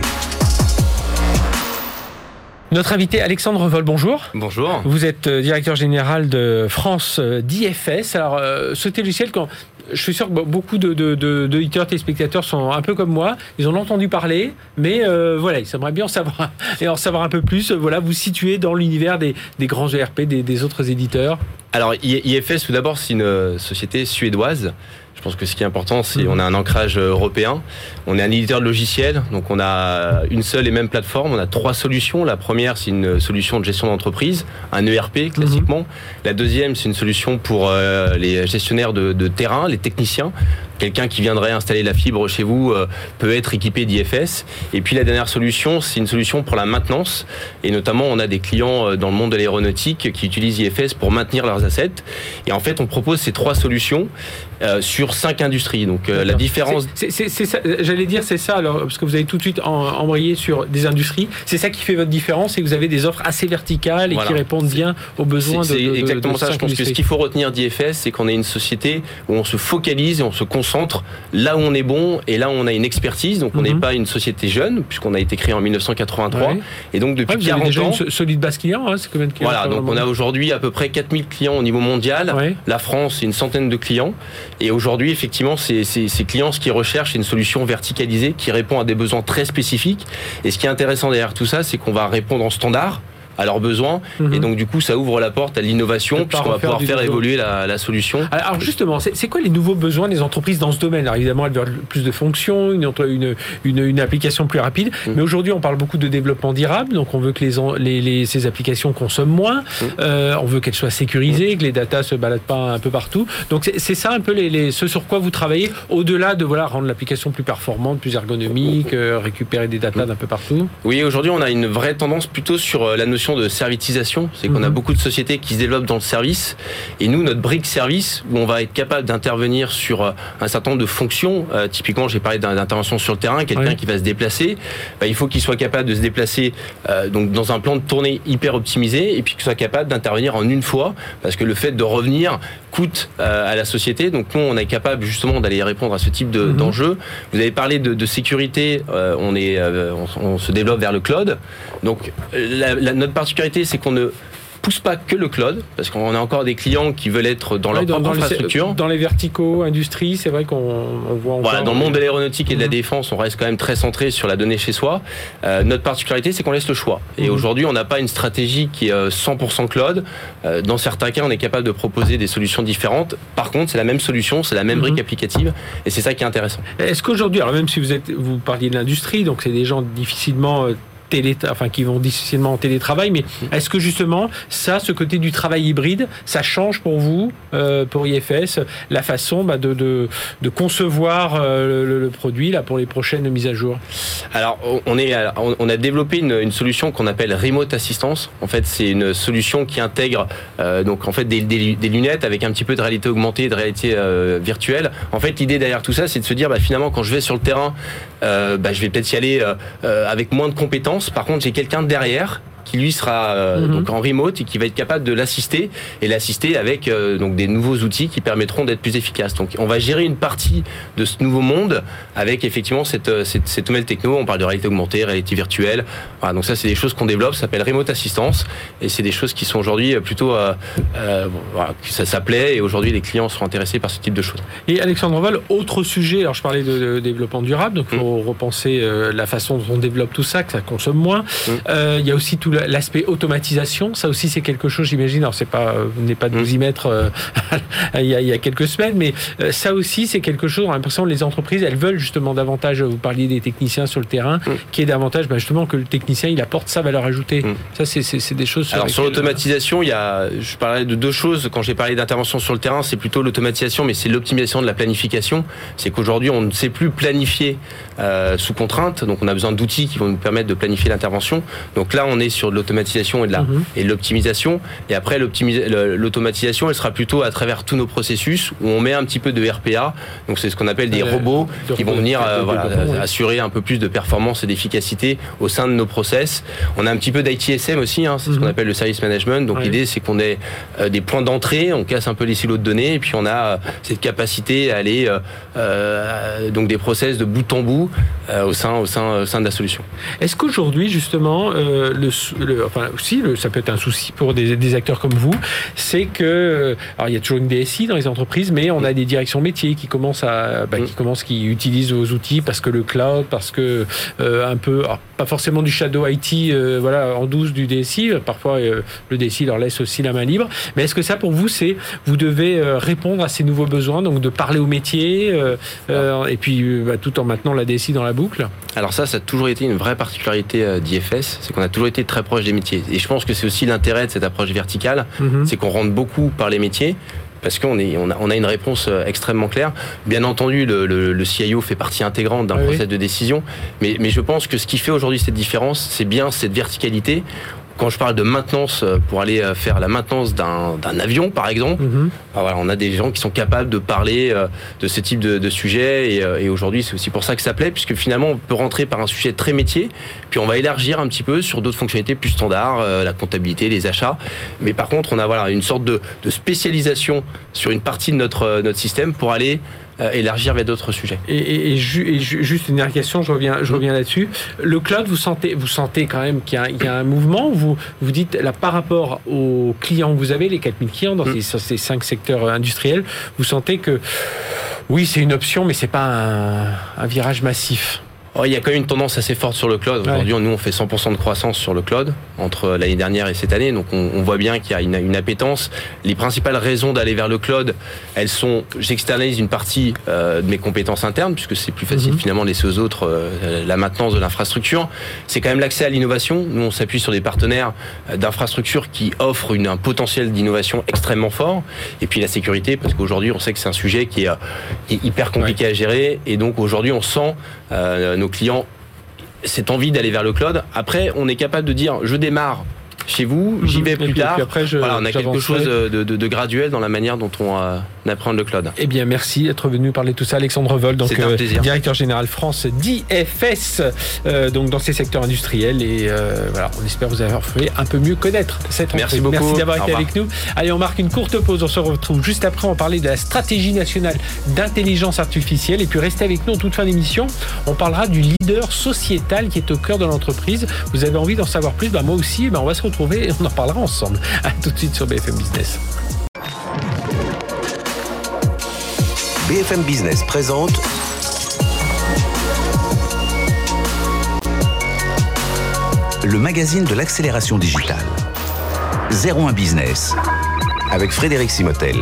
Notre invité Alexandre Revol, bonjour. Bonjour. Vous êtes directeur général de France d'I F S. Alors, euh, ce logiciel, quand je suis sûr que beaucoup de, de, de, de auditeurs, téléspectateurs sont un peu comme moi. Ils en ont entendu parler, mais euh, voilà, ils aimeraient bien en savoir, et en savoir un peu plus. Voilà, vous situez dans l'univers des, des grands E R P, des, des autres éditeurs. Alors, I F S, tout d'abord, c'est une société suédoise. Je pense que ce qui est important, c'est qu'on a un ancrage européen. On est un éditeur de logiciels, donc on a une seule et même plateforme. On a trois solutions. La première, c'est une solution de gestion d'entreprise, un E R P classiquement. Mm-hmm. La deuxième, c'est une solution pour euh, les gestionnaires de, de terrain, les techniciens. Quelqu'un qui viendrait installer la fibre chez vous euh, peut être équipé d'I F S. Et puis la dernière solution, c'est une solution pour la maintenance. Et notamment, on a des clients dans le monde de l'aéronautique qui utilisent I F S pour maintenir leurs assets. Et en fait, on propose ces trois solutions euh, sur cinq industries. Donc euh, la différence... C'est, c'est, c'est ça, j'allais dire, c'est ça, alors, parce que vous avez tout de suite en, embrayé sur des industries. C'est ça qui fait votre différence, et que vous avez des offres assez verticales et voilà. qui répondent bien aux besoins c'est, de, de, c'est exactement de, de ça. Je pense industries. que ce qu'il faut retenir d'I F S, c'est qu'on est une société où on se focalise et on se concentre centre là où on est bon et là où on a une expertise. Donc on n'est mm-hmm. pas une société jeune puisqu'on a été créé en dix-neuf cent quatre-vingt-trois ouais. et donc depuis ouais, vous quarante avez déjà ans une solide base client, hein, c'est combien de clients? Voilà, donc on a aujourd'hui à peu près quatre mille clients au niveau mondial. Ouais. La France, c'est une centaine de clients et aujourd'hui effectivement c'est, c'est, ces clients ce qu'ils recherchent c'est une solution verticalisée qui répond à des besoins très spécifiques et ce qui est intéressant derrière tout ça c'est qu'on va répondre en standard à leurs besoins mmh. et donc du coup ça ouvre la porte à l'innovation puisqu'on va pouvoir faire évoluer la, la solution. Alors justement, c'est, c'est quoi les nouveaux besoins des entreprises dans ce domaine? Alors évidemment elles veulent plus de fonctions, une, une, une, une application plus rapide, mmh. mais aujourd'hui on parle beaucoup de développement durable, donc on veut que les, les, les, ces applications consomment moins, mmh. euh, on veut qu'elles soient sécurisées, mmh. que les datas se baladent pas un peu partout, donc c'est, c'est ça un peu les, les, ce sur quoi vous travaillez, au-delà de voilà, rendre l'application plus performante, plus ergonomique, euh, récupérer des datas mmh. d'un peu partout. Oui, aujourd'hui on a une vraie tendance plutôt sur la notion de servitisation, c'est qu'on a beaucoup de sociétés qui se développent dans le service et nous notre brique service où on va être capable d'intervenir sur un certain nombre de fonctions, euh, typiquement j'ai parlé d'intervention sur le terrain, quelqu'un oui. qui va se déplacer, bah, il faut qu'il soit capable de se déplacer euh, donc dans un plan de tournée hyper optimisé et puis qu'il soit capable d'intervenir en une fois parce que le fait de revenir coûte euh, à la société, donc nous on est capable justement d'aller répondre à ce type de, mm-hmm. d'enjeux. Vous avez parlé de, de sécurité, euh, on, est, euh, on, on se développe vers le cloud, donc la, la, notre particularité c'est qu'on ne pousse pas que le cloud, parce qu'on a encore des clients qui veulent être dans leur oui, dans, propre dans infrastructure. Les, dans les verticaux, industrie, c'est vrai qu'on on voit encore... Voilà, dans le monde de l'aéronautique et de la défense, on reste quand même très centré sur la donnée chez soi. Euh, notre particularité, c'est qu'on laisse le choix. Et mmh. aujourd'hui, on n'a pas une stratégie qui est cent pour cent cloud. Euh, dans certains cas, on est capable de proposer des solutions différentes. Par contre, c'est la même solution, c'est la même mmh. brique applicative, et c'est ça qui est intéressant. Est-ce qu'aujourd'hui, alors même si vous êtes, vous parliez de l'industrie, donc c'est des gens difficilement... Euh, Télé, enfin qui vont difficilement en télétravail, mais est-ce que justement ça, ce côté du travail hybride, ça change pour vous, euh, pour I F S, la façon bah, de, de, de concevoir euh, le, le produit là pour les prochaines mises à jour? Alors on est, on a développé une, une solution qu'on appelle Remote Assistance. En fait, c'est une solution qui intègre euh, donc en fait des, des, des lunettes avec un petit peu de réalité augmentée, de réalité euh, virtuelle. En fait, l'idée derrière tout ça, c'est de se dire bah, finalement quand je vais sur le terrain, euh, bah, je vais peut-être y aller euh, avec moins de compétences. Par contre, j'ai quelqu'un derrière qui lui sera euh, mm-hmm. donc en remote et qui va être capable de l'assister et l'assister avec euh, donc des nouveaux outils qui permettront d'être plus efficaces. Donc on va gérer une partie de ce nouveau monde avec effectivement cette, cette, cette nouvelle techno. On parle de réalité augmentée, réalité virtuelle. Voilà, donc ça c'est des choses qu'on développe, ça s'appelle Remote Assistance et c'est des choses qui sont aujourd'hui plutôt euh, euh, voilà, ça s'appelait et aujourd'hui les clients sont intéressés par ce type de choses. Et Alexandre Revol, autre sujet, alors je parlais de, de développement durable, donc il faut mm. repenser euh, la façon dont on développe tout ça, que ça consomme moins. Mm. Euh, il y a aussi tout l'aspect automatisation. Ça aussi, c'est quelque chose, j'imagine. Alors, c'est pas, vous n'êtes pas de vous y mettre euh, il, y a, il y a quelques semaines, mais euh, ça aussi, c'est quelque chose. On a l'impression que les entreprises, elles veulent justement davantage. Vous parliez des techniciens sur le terrain, mm. qui est davantage, ben, justement, que le technicien, il apporte sa valeur ajoutée. Mm. Ça, c'est, c'est, c'est des choses. Sur Alors, lesquelles... sur l'automatisation, il y a, je parlais de deux choses. Quand j'ai parlé d'intervention sur le terrain, c'est plutôt l'automatisation, mais c'est l'optimisation de la planification. C'est qu'aujourd'hui, on ne sait plus planifier euh, sous contrainte. Donc, on a besoin d'outils qui vont nous permettre de planifier l'intervention. Donc là, on est sur de l'automatisation et de la mm-hmm. et de l'optimisation. Et après, l'automatisation, elle sera plutôt à travers tous nos processus où on met un petit peu de R P A. Donc, c'est ce qu'on appelle des euh, robots de qui vont venir euh, voilà, de ouais. assurer un peu plus de performance et d'efficacité au sein de nos process. On a un petit peu d'I T S M aussi. Hein, c'est mm-hmm. ce qu'on appelle le service management. Donc, ouais. l'idée, c'est qu'on ait euh, des points d'entrée. On casse un peu les silos de données et puis on a euh, cette capacité à aller euh, euh, donc des process de bout en bout euh, au sein au sein au sein de la solution. Est-ce qu'aujourd'hui justement euh, le, le enfin aussi le, ça peut être un souci pour des, des acteurs comme vous, c'est que alors il y a toujours une D S I dans les entreprises, mais on a des directions métiers qui commencent à bah, qui commencent qui utilisent vos outils parce que le cloud, parce que euh, un peu alors, pas forcément du shadow I T euh, voilà en douce du D S I, parfois euh, le D S I leur laisse aussi la main libre, mais est-ce que ça pour vous c'est vous devez euh, répondre à ces nouveaux besoins, donc de parler au métier euh, euh, et puis euh, bah, tout en maintenant la D S I dans la boucle? Alors ça, ça a toujours été une vraie particularité euh, d'I F S, c'est qu'on a toujours été très proche des métiers. Et je pense que c'est aussi l'intérêt de cette approche verticale, mm-hmm. c'est qu'on rentre beaucoup par les métiers, parce qu'on est, on a, on a une réponse extrêmement claire. Bien entendu, le, le, le C I O fait partie intégrante d'un oui. process de décision, mais, mais je pense que ce qui fait aujourd'hui cette différence, c'est bien cette verticalité. Quand je parle de maintenance, pour aller faire la maintenance d'un, d'un avion, par exemple, mm-hmm. ben voilà, on a des gens qui sont capables de parler de ce type de, de sujet. Et, et aujourd'hui, c'est aussi pour ça que ça plaît, puisque finalement, on peut rentrer par un sujet très métier, puis on va élargir un petit peu sur d'autres fonctionnalités plus standards, euh, la comptabilité, les achats. Mais par contre, on a voilà, une sorte de, de spécialisation sur une partie de notre, notre système pour aller Euh, élargir vers d'autres sujets. Et, et, et, ju, et ju, juste une dernière question, je reviens, je reviens là-dessus. Le cloud, vous sentez, vous sentez quand même qu'il y a, il y a un mouvement. Vous vous dites là par rapport aux clients que vous avez, les quatre mille clients dans mmh. ces, ces cinq secteurs industriels, vous sentez que oui, c'est une option, mais c'est pas un, un virage massif. Oh, il y a quand même une tendance assez forte sur le cloud. Aujourd'hui, ouais. nous, on fait cent pour cent de croissance sur le cloud entre l'année dernière et cette année. Donc, on, on voit bien qu'il y a une, une appétence. Les principales raisons d'aller vers le cloud, elles sont, j'externalise une partie euh, de mes compétences internes, puisque c'est plus facile mm-hmm. finalement de laisser aux autres euh, la maintenance de l'infrastructure. C'est quand même l'accès à l'innovation. Nous, on s'appuie sur des partenaires d'infrastructures qui offrent une, un potentiel d'innovation extrêmement fort. Et puis la sécurité, parce qu'aujourd'hui, on sait que c'est un sujet qui est, qui est hyper compliqué ouais. à gérer. Et donc, aujourd'hui, on sent euh, nos clients cette envie d'aller vers le cloud. Après, on est capable de dire je démarre chez vous, j'y vais plus puis, tard. Après, je, voilà, on a quelque chose de, de, de graduel dans la manière dont on euh, apprend le cloud. Eh bien, merci d'être venu parler de tout ça, Alexandre Vol, donc euh, directeur général France d'I F S, euh, donc dans ces secteurs industriels. Et euh, voilà, on espère vous avoir fait un peu mieux connaître cette entreprise. Merci beaucoup. Merci d'avoir été avec nous. Allez, on marque une courte pause. On se retrouve juste après. On va parler de la stratégie nationale d'intelligence artificielle. Et puis, restez avec nous en toute fin d'émission. On parlera du leader sociétal qui est au cœur de l'entreprise. Vous avez envie d'en savoir plus? Ben, moi aussi. Ben, on va se retrouver et on en parlera ensemble. À tout de suite sur B F M Business. B F M Business présente le magazine de l'accélération digitale. zéro un Business avec Frédéric Simotel.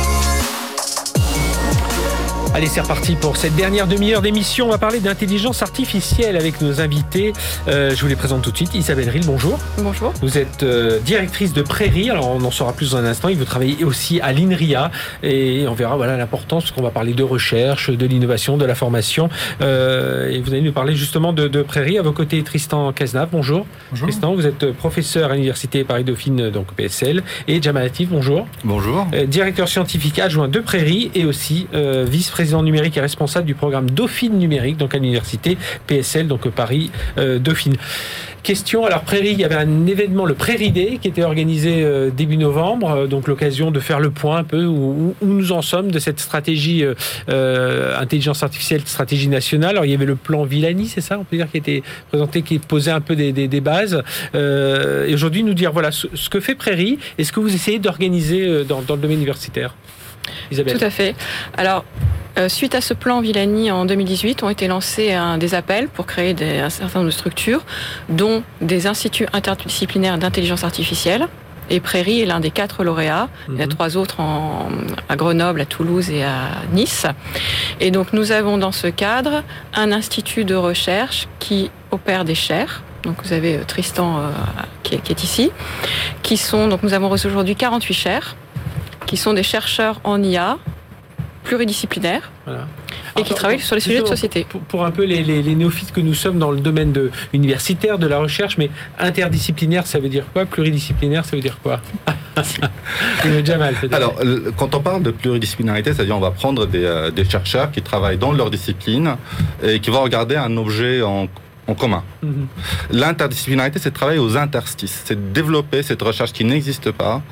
Allez, c'est reparti pour cette dernière demi-heure d'émission. On va parler d'intelligence artificielle avec nos invités. Euh, je vous les présente tout de suite. Isabelle Ril, bonjour. Bonjour. Vous êtes euh, directrice de Prairie. Alors, on en saura plus dans un instant. Et vous travaillez aussi à l'INRIA. Et on verra voilà, l'importance, parce qu'on va parler de recherche, de l'innovation, de la formation. Euh, et vous allez nous parler justement de, de Prairie. À vos côtés, Tristan Cazenave, bonjour. Bonjour. Tristan, vous êtes professeur à l'Université Paris-Dauphine, donc P S L. Et Jamal Latif, bonjour. Bonjour. Euh, directeur scientifique adjoint de Prairie et aussi euh, vice-président président numérique et responsable du programme Dauphine numérique, donc à l'université P S L, donc Paris euh, Dauphine. Question, alors Prairie, il y avait un événement, le Prairie Day, qui était organisé euh, début novembre, euh, donc l'occasion de faire le point un peu où, où nous en sommes de cette stratégie euh, euh, intelligence artificielle, stratégie nationale. Alors il y avait le plan Villani, c'est ça, on peut dire, qui était présenté, qui posait un peu des, des, des bases. Euh, et aujourd'hui, nous dire voilà ce, ce que fait Prairie et ce que vous essayez d'organiser dans, dans le domaine universitaire. Isabelle. Tout à fait. Alors, Euh, suite à ce plan Villani en deux mille dix-huit, ont été lancés un, des appels pour créer des, un certain nombre de structures, dont des instituts interdisciplinaires d'intelligence artificielle. Et Prairie est l'un des quatre lauréats. Mmh. Il y a trois autres en, à Grenoble, à Toulouse et à Nice. Et donc nous avons dans ce cadre un institut de recherche qui opère des chaires. Donc vous avez Tristan euh, qui, est, qui est ici. Qui sont, donc nous avons reçu aujourd'hui quarante-huit chaires, qui sont des chercheurs en I A pluridisciplinaires. Voilà. Et qui travaillent sur les sujets de société. Pour, pour un peu les, les, les néophytes que nous sommes dans le domaine de, universitaire, de la recherche, mais interdisciplinaire, ça veut dire quoi? Pluridisciplinaire, ça veut dire quoi? Jamal, alors, quand on parle de pluridisciplinarité, c'est-à-dire on va prendre des, euh, des chercheurs qui travaillent dans leur discipline et qui vont regarder un objet en en commun. Mm-hmm. L'interdisciplinarité, c'est de travailler aux interstices, c'est de développer cette recherche qui n'existe pas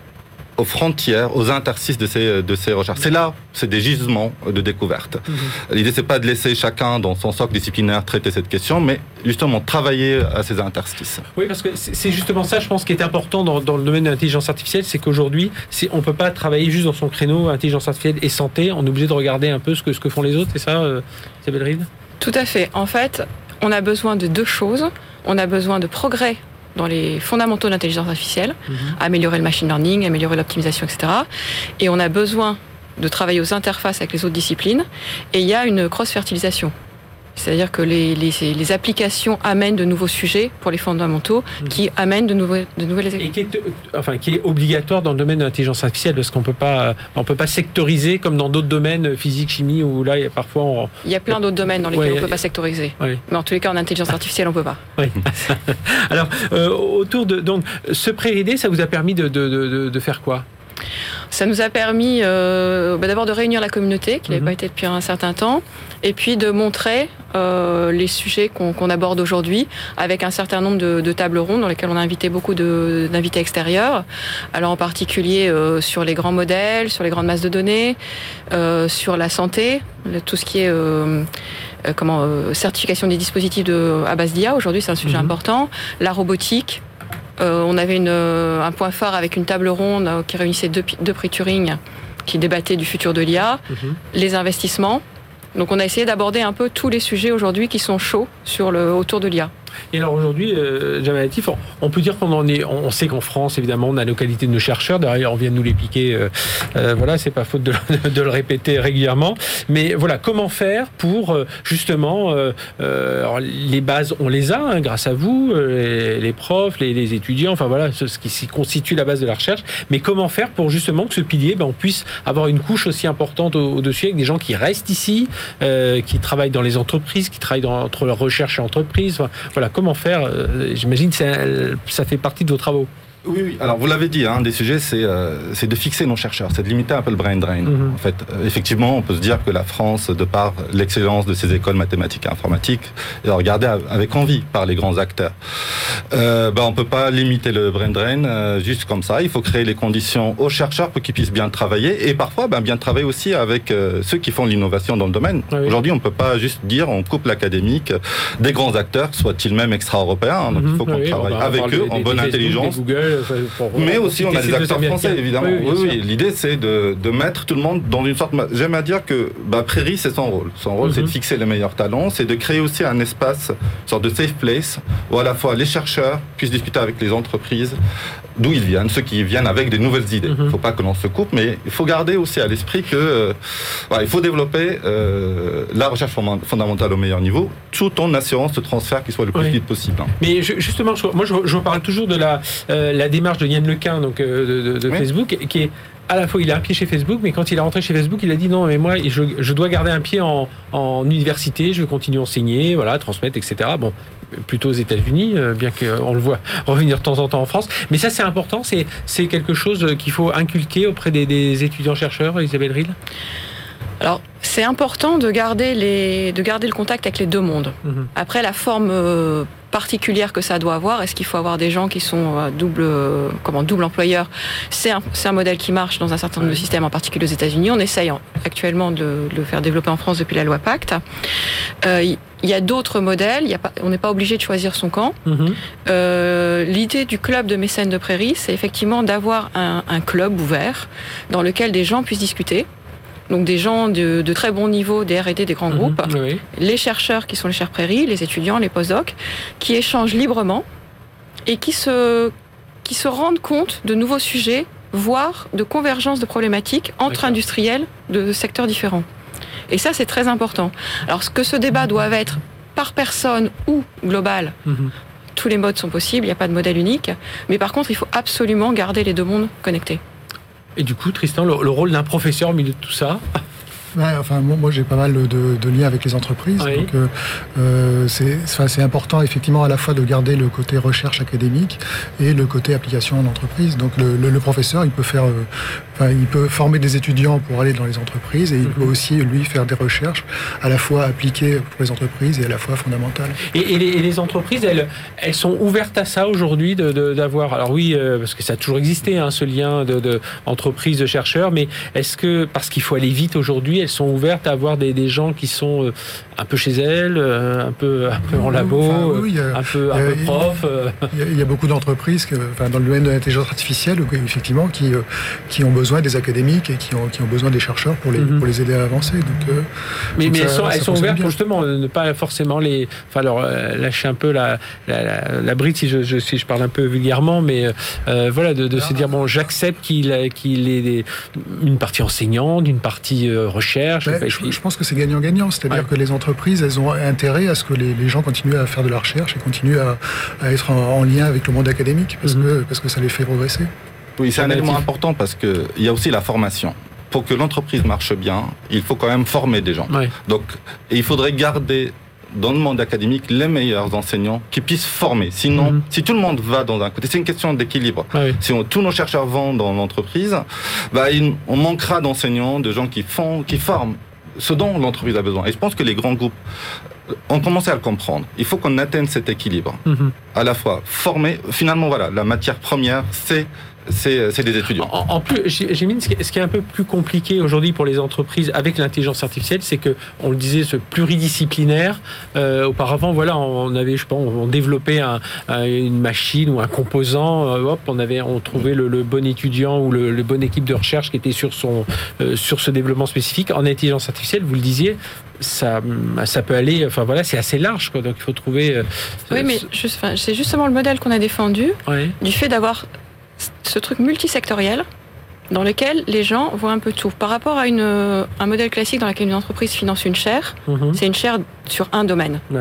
aux frontières, aux interstices de ces, de ces recherches. C'est là, c'est des gisements de découverte. Mmh. L'idée, c'est pas de laisser chacun dans son socle disciplinaire traiter cette question, mais justement travailler à ces interstices. Oui, parce que c'est justement ça, je pense, qui est important dans, dans le domaine de l'intelligence artificielle, c'est qu'aujourd'hui, c'est, on peut pas travailler juste dans son créneau intelligence artificielle et santé, on est obligé de regarder un peu ce que, ce que font les autres, c'est ça, euh, Isabelle Ried? Tout à fait. En fait, on a besoin de deux choses. On a besoin de progrès dans les fondamentaux de l'intelligence artificielle, mmh. améliorer le machine learning, améliorer l'optimisation, et cetera. Et on a besoin de travailler aux interfaces avec les autres disciplines. Et il y a une cross-fertilisation. C'est-à-dire que les, les, les applications amènent de nouveaux sujets pour les fondamentaux mmh. qui amènent de, nouveau, de nouvelles... Et qui est, enfin, qui est obligatoire dans le domaine de l'intelligence artificielle, parce qu'on peut pas, on peut pas sectoriser comme dans d'autres domaines, physique, chimie, où là, il y a parfois... On... Il y a plein d'autres domaines dans lesquels ouais, on ne peut pas sectoriser. Ouais. Mais en tous les cas, en intelligence artificielle, on ne peut pas. Oui. Alors, euh, autour de... Donc, ce pré-idée, ça vous a permis de, de, de, de faire quoi ? Ça nous a permis euh, bah d'abord de réunir la communauté, qui n'avait mmh. pas été depuis un certain temps, et puis de montrer euh, les sujets qu'on, qu'on aborde aujourd'hui, avec un certain nombre de, de tables rondes dans lesquelles on a invité beaucoup de, d'invités extérieurs. Alors en particulier euh, sur les grands modèles, sur les grandes masses de données, euh, sur la santé, tout ce qui est euh, euh, comment euh, certification des dispositifs de, à base d'I A. Aujourd'hui, c'est un sujet mmh. important. La robotique. Euh, on avait une, un point phare avec une table ronde euh, qui réunissait deux, deux prix Turing qui débattaient du futur de l'I A, mmh. les investissements. Donc on a essayé d'aborder un peu tous les sujets aujourd'hui qui sont chauds sur le, autour de l'I A. Et alors aujourd'hui, euh, Jamal Latif, on, on peut dire qu'on en est, on sait qu'en France, évidemment, on a la qualité de nos chercheurs. D'ailleurs, on vient de nous les piquer. Euh, euh, voilà, c'est pas faute de, de le répéter régulièrement. Mais voilà, comment faire pour euh, justement euh, euh, alors les bases, on les a hein, grâce à vous, euh, les, les profs, les, les étudiants. Enfin voilà, ce, ce qui constitue la base de la recherche. Mais comment faire pour justement que ce pilier, ben, on puisse avoir une couche aussi importante au, au-dessus avec des gens qui restent ici, euh, qui travaillent dans les entreprises, qui travaillent dans, entre leur recherche et entreprise. Enfin, voilà. Comment faire? J'imagine que ça fait partie de vos travaux. Oui, oui. Alors vous l'avez dit, un hein, des sujets, c'est, euh, c'est de fixer nos chercheurs, c'est de limiter un peu le brain drain. Mm-hmm. En fait, euh, effectivement, on peut se dire que la France, de par l'excellence de ses écoles mathématiques et informatiques, est regardée avec envie par les grands acteurs. Euh, ben, on ne peut pas limiter le brain drain euh, juste comme ça. Il faut créer les conditions aux chercheurs pour qu'ils puissent bien travailler et parfois ben, bien travailler aussi avec euh, ceux qui font l'innovation dans le domaine. Ah oui. Aujourd'hui, on ne peut pas juste dire on coupe l'académique des grands acteurs, soient-ils même extra-européens. Hein, donc mm-hmm. il faut qu'on oui, travaille avec eux des, en des, bonne des intelligence. Facebook, des Google, Pour, mais aussi on a des acteurs français évidemment. Oui, oui, oui. L'idée c'est de, de mettre tout le monde dans une sorte. J'aime à dire que bah, Prairie c'est son rôle. Son rôle mm-hmm. c'est de fixer les meilleurs talents, c'est de créer aussi un espace, une sorte de safe place où à la fois les chercheurs puissent discuter avec les entreprises d'où ils viennent, ceux qui viennent avec des nouvelles idées. Il mm-hmm. ne faut pas que l'on se coupe, mais il faut garder aussi à l'esprit que euh, voilà, il faut développer euh, la recherche fondamentale au meilleur niveau, tout en assurant ce transfert qui soit le plus oui. vite possible. Hein. Mais je, justement, je, moi je, je parle toujours de la, euh, la démarche de Yann Lequin, donc euh, de, de, de oui. Facebook, qui est à la fois il a un pied chez Facebook, mais quand il est rentré chez Facebook, il a dit non, mais moi je, je dois garder un pied en, en université, je veux continuer à enseigner, voilà, transmettre, et cetera. Bon, plutôt aux États-Unis, bien qu'on le voit revenir de temps en temps en France. Mais ça, c'est important, c'est, c'est quelque chose qu'il faut inculquer auprès des, des étudiants-chercheurs, Isabelle Ried. Alors, c'est important de garder, les, de garder le contact avec les deux mondes. Mmh. Après, la forme euh, particulière que ça doit avoir, est-ce qu'il faut avoir des gens qui sont euh, double, euh, comment, double employeur? C'est un, c'est un modèle qui marche dans un certain nombre de systèmes, en particulier aux États-Unis. On essaye en, actuellement de, de le faire développer en France depuis la loi Pacte. Euh, Il y a d'autres modèles, il y a pas, on n'est pas obligé de choisir son camp. Mmh. Euh, l'idée du club de mécènes de Prairie, c'est effectivement d'avoir un, un club ouvert dans lequel des gens puissent discuter. donc des gens de, de très bon niveau, des R et D, des grands mmh, groupes, oui. les chercheurs qui sont les Chères Prairies, les étudiants, les postdocs, qui échangent librement et qui se, qui se rendent compte de nouveaux sujets, voire de convergence de problématiques entre D'accord. industriels de secteurs différents. Et ça, c'est très important. Alors, que ce débat doit être par personne ou global, mmh. tous les modes sont possibles, il n'y a pas de modèle unique, mais par contre, il faut absolument garder les deux mondes connectés. Et du coup, Tristan, le, le rôle d'un professeur au milieu de tout ça? Ouais, enfin, moi, moi j'ai pas mal de, de liens avec les entreprises. Oui. Donc, euh, c'est, enfin, c'est important effectivement à la fois de garder le côté recherche académique et le côté application en entreprise. Donc le, le, le professeur, il peut faire, euh, enfin, il peut former des étudiants pour aller dans les entreprises et il mm-hmm. peut aussi lui faire des recherches à la fois appliquées pour les entreprises et à la fois fondamentales. Et, et, les, et les entreprises, elles, elles sont ouvertes à ça aujourd'hui, de, de, d'avoir. Alors oui, euh, parce que ça a toujours existé, hein, ce lien de, de entreprise de chercheurs, mais est-ce que parce qu'il faut aller vite aujourd'hui, elles sont ouvertes à avoir des, des gens qui sont euh, un peu chez elles, euh, un peu un peu en labo, enfin, oui, a, un peu un peu prof. Il y, a, il y a beaucoup d'entreprises, que, enfin, dans le domaine de l'intelligence artificielle, effectivement, qui euh, qui ont besoin des académiques et qui ont qui ont besoin des chercheurs pour les mm-hmm. pour les aider à avancer. Donc, euh, mais donc mais ça, elles sont, elles sont ouvertes bien. Pour justement ne pas forcément les, enfin alors lâcher un peu la la, la, la bride si je, je si je parle un peu vulgairement, mais euh, voilà de, de ah. se dire bon, j'accepte qu'il qu'il ait des, une partie enseignante, une partie euh, recherche. Ben, je, je pense que c'est gagnant-gagnant, c'est-à-dire ouais. que les entreprises, elles ont intérêt à ce que les, les gens continuent à faire de la recherche et continuent à, à être en, en lien avec le monde académique, parce, mmh. que, parce que ça les fait progresser. Oui, c'est un élément important parce qu'il y a aussi la formation. Pour que l'entreprise marche bien, il faut quand même former des gens. Ouais. Donc, et il faudrait garder dans le monde académique les meilleurs enseignants qui puissent former. Sinon, mmh. si tout le monde va dans un côté, c'est une question d'équilibre. Ah oui. Si on, tous nos chercheurs vont dans l'entreprise, bah, il, on manquera d'enseignants, de gens qui font, qui forment ce dont l'entreprise a besoin. Et je pense que les grands groupes ont commencé à le comprendre. Il faut qu'on atteigne cet équilibre. Mmh. À la fois former, finalement, voilà, la matière première, c'est C'est, c'est des étudiants. En, en plus, Gémine, ce qui est un peu plus compliqué aujourd'hui pour les entreprises avec l'intelligence artificielle, c'est que, on le disait, ce pluridisciplinaire. Euh, auparavant, voilà, on avait, je sais pas, on développait un, un, une machine ou un composant. Euh, hop, on avait, on trouvait le, le bon étudiant ou le, le bonne équipe de recherche qui était sur son, euh, sur ce développement spécifique. En intelligence artificielle, vous le disiez, ça, ça peut aller. Enfin voilà, c'est assez large, quoi. Donc il faut trouver. Euh, oui, mais juste, enfin, c'est justement le modèle qu'on a défendu, oui. du fait d'avoir ce truc multisectoriel dans lequel les gens voient un peu tout. Par rapport à une, un modèle classique dans lequel une entreprise finance une chaire, mmh. c'est une chaire sur un domaine. Oui.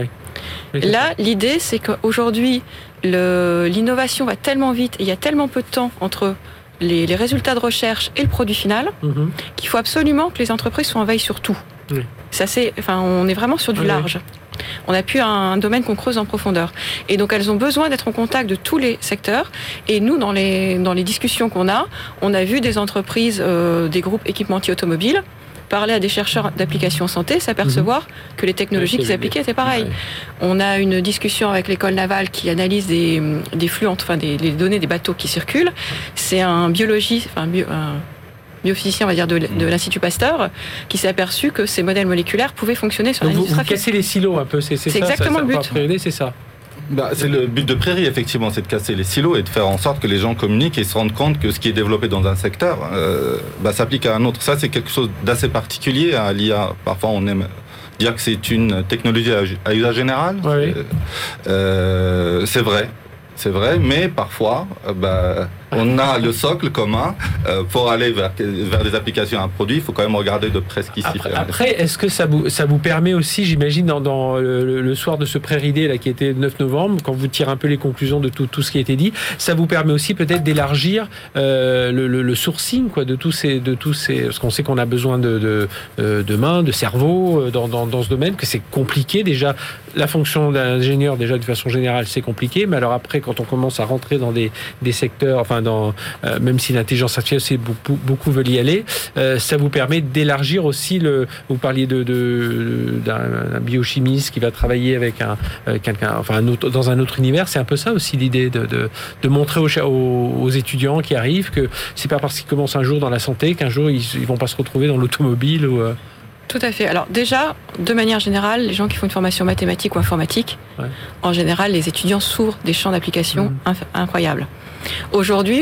Là, l'idée, c'est qu'aujourd'hui, le, l'innovation va tellement vite et il y a tellement peu de temps entre les, les résultats de recherche et le produit final mmh. qu'il faut absolument que les entreprises soient en veille sur tout. Oui. Ça, c'est, enfin, on est vraiment sur du oui, large. Oui. On n'a plus un domaine qu'on creuse en profondeur. Et donc, elles ont besoin d'être en contact de tous les secteurs. Et nous, dans les, dans les discussions qu'on a, on a vu des entreprises, euh, des groupes équipementiers automobiles, parler à des chercheurs d'applications santé, s'apercevoir mmh. que les technologies qu'ils appliquaient étaient pareilles. Ouais. On a une discussion avec l'école navale qui analyse des, des flux, enfin, des, les données des bateaux qui circulent. C'est un biologiste, enfin, bio, un biophysicien, on va dire, de, de l'Institut Pasteur, qui s'est aperçu que ces modèles moléculaires pouvaient fonctionner sur l'industrie. Vous, vous cassez les silos un peu, c'est, c'est, c'est ça, exactement ça, ça, le but. Priorité, c'est ça. Bah, c'est le but de Prairie, effectivement, c'est de casser les silos et de faire en sorte que les gens communiquent et se rendent compte que ce qui est développé dans un secteur euh, bah, s'applique à un autre. Ça, c'est quelque chose d'assez particulier à l'I A. Parfois, on aime dire que c'est une technologie à usage général. Oui. Euh, c'est vrai. C'est vrai, mais parfois, euh, bah, on a le socle commun. Euh, pour aller vers, vers des applications à un produit, il faut quand même regarder de près ce qui s'y fait. Après, est-ce que ça vous, ça vous permet aussi, j'imagine, dans, dans le, le soir de ce Prairie-Day, là, qui était le neuf novembre, quand vous tirez un peu les conclusions de tout, tout ce qui a été dit, ça vous permet aussi peut-être d'élargir euh, le, le, le sourcing, quoi, de tous ces, de tous ces, parce qu'on sait qu'on a besoin de, de, de mains, de cerveau dans, dans, dans ce domaine, que c'est compliqué déjà. La fonction d'ingénieur, déjà de façon générale, c'est compliqué, mais alors après, quand on commence à rentrer dans des, des secteurs, enfin, dans, euh, même si l'intelligence artificielle, c'est beaucoup, beaucoup veulent y aller, euh, ça vous permet d'élargir aussi le. Vous parliez de, de d'un, d'un biochimiste qui va travailler avec un euh, quelqu'un, enfin, un autre, dans un autre univers. C'est un peu ça aussi l'idée de, de, de montrer aux, aux, aux étudiants qui arrivent que c'est pas parce qu'ils commencent un jour dans la santé qu'un jour ils, ils vont pas se retrouver dans l'automobile ou. Euh... Tout à fait. Alors déjà, de manière générale, les gens qui font une formation mathématique ou informatique, ouais. en général, les étudiants s'ouvrent des champs d'application mmh. inf- incroyables. Aujourd'hui,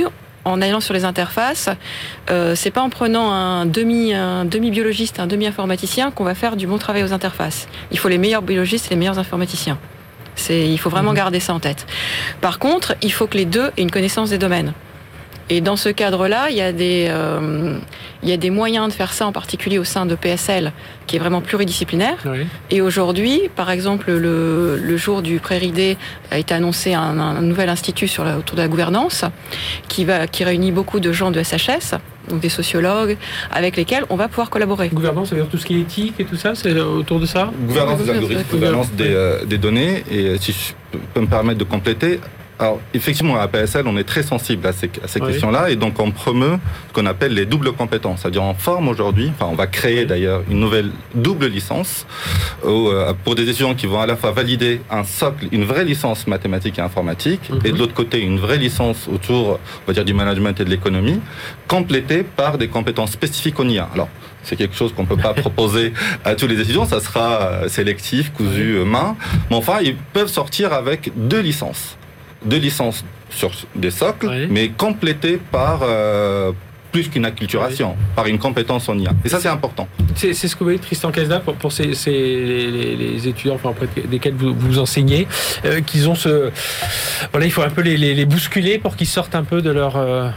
en allant sur les interfaces, euh, c'est pas en prenant un demi, un demi-biologiste, un demi-informaticien qu'on va faire du bon travail aux interfaces. Il faut les meilleurs biologistes et les meilleurs informaticiens. C'est, il faut vraiment mmh. garder ça en tête. Par contre, il faut que les deux aient une connaissance des domaines. Et dans ce cadre-là, il y a des, euh, il y a des moyens de faire ça, en particulier au sein de P S L, qui est vraiment pluridisciplinaire. Oui. Et aujourd'hui, par exemple, le, le jour du Prairie-Day a été annoncé un, un nouvel institut sur la, autour de la gouvernance, qui, va, qui réunit beaucoup de gens de S H S, donc des sociologues, avec lesquels on va pouvoir collaborer. Gouvernance, ça veut dire tout ce qui est éthique et tout ça, c'est autour de ça ? Gouvernance des algorithmes, gouvernance des, euh, des données, et si je peux me permettre de compléter, alors, effectivement, à P S L, on est très sensible à ces, à ces oui. questions-là, et donc on promeut ce qu'on appelle les doubles compétences. C'est-à-dire, on forme aujourd'hui, enfin, on va créer oui. d'ailleurs une nouvelle double licence où, euh, pour des étudiants qui vont à la fois valider un socle, une vraie licence mathématiques et informatique, mm-hmm. et de l'autre côté, une vraie licence autour, on va dire, du management et de l'économie, complétée par des compétences spécifiques en I A. Alors, c'est quelque chose qu'on ne peut pas proposer à tous les étudiants, ça sera sélectif, cousu oui. main, mais enfin, ils peuvent sortir avec deux licences. Deux licences sur des socles, oui. mais complétées par euh, plus qu'une acculturation, oui. par une compétence en I A. Et ça, c'est important. C'est, c'est ce que vous voyez, Tristan Casda, pour, pour ces, ces, les, les étudiants enfin, auprès desquels vous, vous enseignez, euh, qu'ils ont ce... Voilà, il faut un peu les, les, les bousculer pour qu'ils sortent un peu de leur... Euh...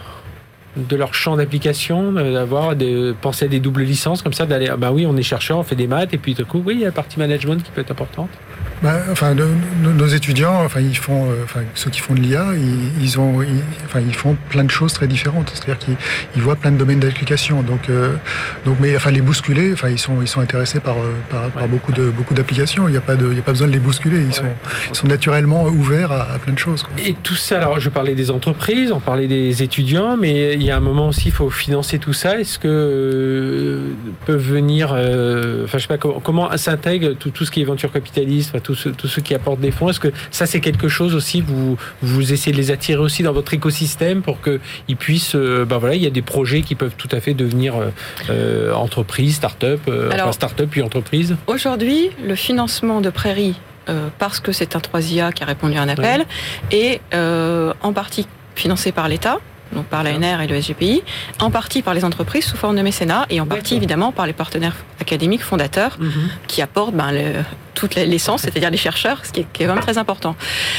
de leur champ d'application, d'avoir de penser à des doubles licences comme ça, d'aller, bah oui, on est chercheur, on fait des maths, et puis tout coup, oui, il y a la partie management qui peut être importante. Bah, enfin, de, de, nos étudiants, enfin, ils font, euh, enfin, ceux qui font de l'I A, ils, ils ont, ils, enfin, ils font plein de choses très différentes. C'est-à-dire qu'ils ils voient plein de domaines d'application. Donc, euh, donc, mais enfin, les bousculer, enfin, ils sont, ils sont intéressés par, par, ouais. par beaucoup de, beaucoup d'applications. Il n'y a pas de, il y a pas besoin de les bousculer. Ils ouais. sont, ils sont naturellement ouverts à, à plein de choses, quoi. Et tout ça, alors, je parlais des entreprises, on parlait des étudiants, mais il y a un moment aussi, il faut financer tout ça. Est-ce que euh, peuvent venir, euh, enfin, je sais pas comment, comment s'intègre tout, tout ce qui est venture capitaliste, enfin, tout ce, tous ceux qui apportent des fonds. Est-ce que ça, c'est quelque chose aussi, vous, vous essayez de les attirer aussi dans votre écosystème pour qu'ils puissent, euh, ben voilà, il y a des projets qui peuvent tout à fait devenir euh, entreprise, start-up, euh, Alors, enfin, start-up puis entreprise. Aujourd'hui, le financement de Prairie, euh, parce que c'est un trois I A qui a répondu à un appel, oui. est euh, en partie financé par l'État, donc par l'A N R et le S G P I, en partie par les entreprises sous forme de mécénat et en partie D'accord. évidemment par les partenaires académiques fondateurs mm-hmm. qui apportent ben, le, toute l'essence, c'est-à-dire les chercheurs, ce qui est, qui est vraiment très important.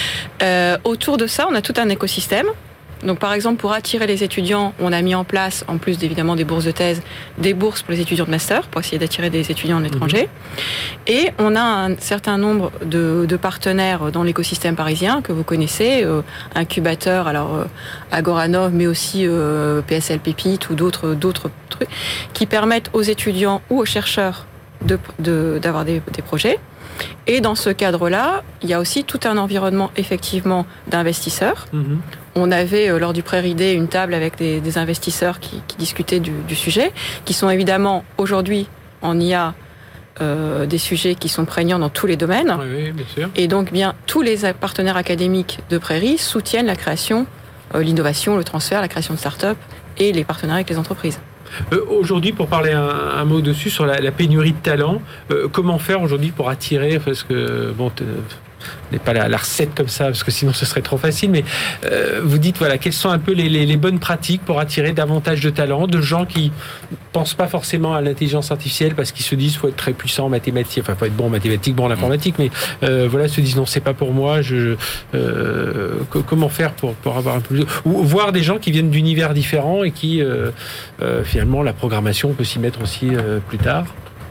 Euh, autour de ça, on a tout un écosystème. Donc par exemple, pour attirer les étudiants, on a mis en place, en plus évidemment des bourses de thèse, des bourses pour les étudiants de master, pour essayer d'attirer des étudiants en étranger. Mmh. Et on a un certain nombre de, de partenaires dans l'écosystème parisien que vous connaissez, euh, incubateurs, alors euh, Agoranov, mais aussi euh, P S L Pépite ou d'autres, d'autres trucs, qui permettent aux étudiants ou aux chercheurs de, de, d'avoir des, des projets. Et dans ce cadre-là, il y a aussi tout un environnement effectivement d'investisseurs. Mmh. On avait euh, lors du Prairie Day une table avec des, des investisseurs qui, qui discutaient du, du sujet, qui sont évidemment aujourd'hui en I A euh, des sujets qui sont prégnants dans tous les domaines. Oui, oui, bien sûr. Et donc bien tous les partenaires académiques de Prairie soutiennent la création, euh, l'innovation, le transfert, la création de start-up et les partenariats avec les entreprises. Euh, aujourd'hui, pour parler un, un mot dessus sur la, la pénurie de talent, euh, comment faire aujourd'hui pour attirer, parce que bon, n'est pas la, la recette comme ça, parce que sinon ce serait trop facile, mais euh, vous dites voilà, quelles sont un peu les, les, les bonnes pratiques pour attirer davantage de talents, de gens qui pensent pas forcément à l'intelligence artificielle parce qu'ils se disent faut être très puissant en mathématiques, enfin faut être bon en mathématiques, bon en informatique, mais euh, voilà, se disent non, c'est pas pour moi. Je, euh, comment faire pour pour avoir un peu plus, ou voir des gens qui viennent d'univers différents et qui euh, euh, finalement la programmation on peut s'y mettre aussi euh, plus tard.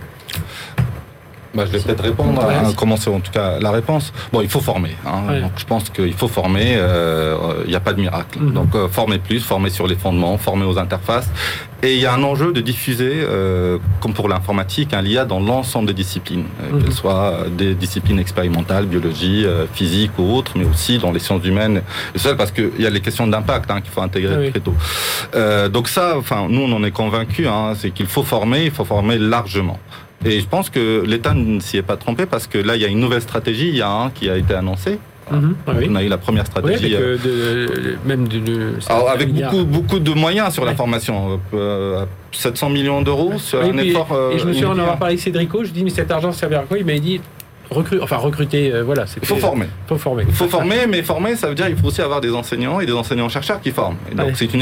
Bah, je vais peut-être répondre, à, à commencer en tout cas la réponse. Bon, il faut former. Hein. Ouais. Donc, je pense qu'il faut former. Il euh, n'y a pas de miracle. Mm-hmm. Donc, euh, former plus, former sur les fondements, former aux interfaces. Et il y a un enjeu de diffuser, euh, comme pour l'informatique, hein, l'I A dans l'ensemble des disciplines, euh, mm-hmm. qu'elles soient des disciplines expérimentales, biologie, euh, physique ou autres, mais aussi dans les sciences humaines. Et ça, parce qu'il y a les questions d'impact hein, qu'il faut intégrer ah, oui. très tôt. Euh, donc ça, enfin, nous, on en est convaincus, hein, c'est qu'il faut former, il faut former largement. Et je pense que l'État ne s'y est pas trompé parce que là, il y a une nouvelle stratégie, il y a un qui a été annoncé. Mmh, oui. On a eu la première stratégie. Oui, avec, euh, de, même de, de, alors, avec beaucoup, beaucoup de moyens sur ouais. la formation. Euh, sept cents millions d'euros ouais. sur oui, un puis, effort. Euh, et je me suis en avoir parlé avec Cédrico, je dis mais cet argent servait à quoi? Il m'a dit recruter, enfin recruter, euh, voilà. Il faut former. Il faut former. Il faut former, mais former, ça veut dire qu'il faut aussi avoir des enseignants et des enseignants-chercheurs qui forment. Et donc ouais. c'est une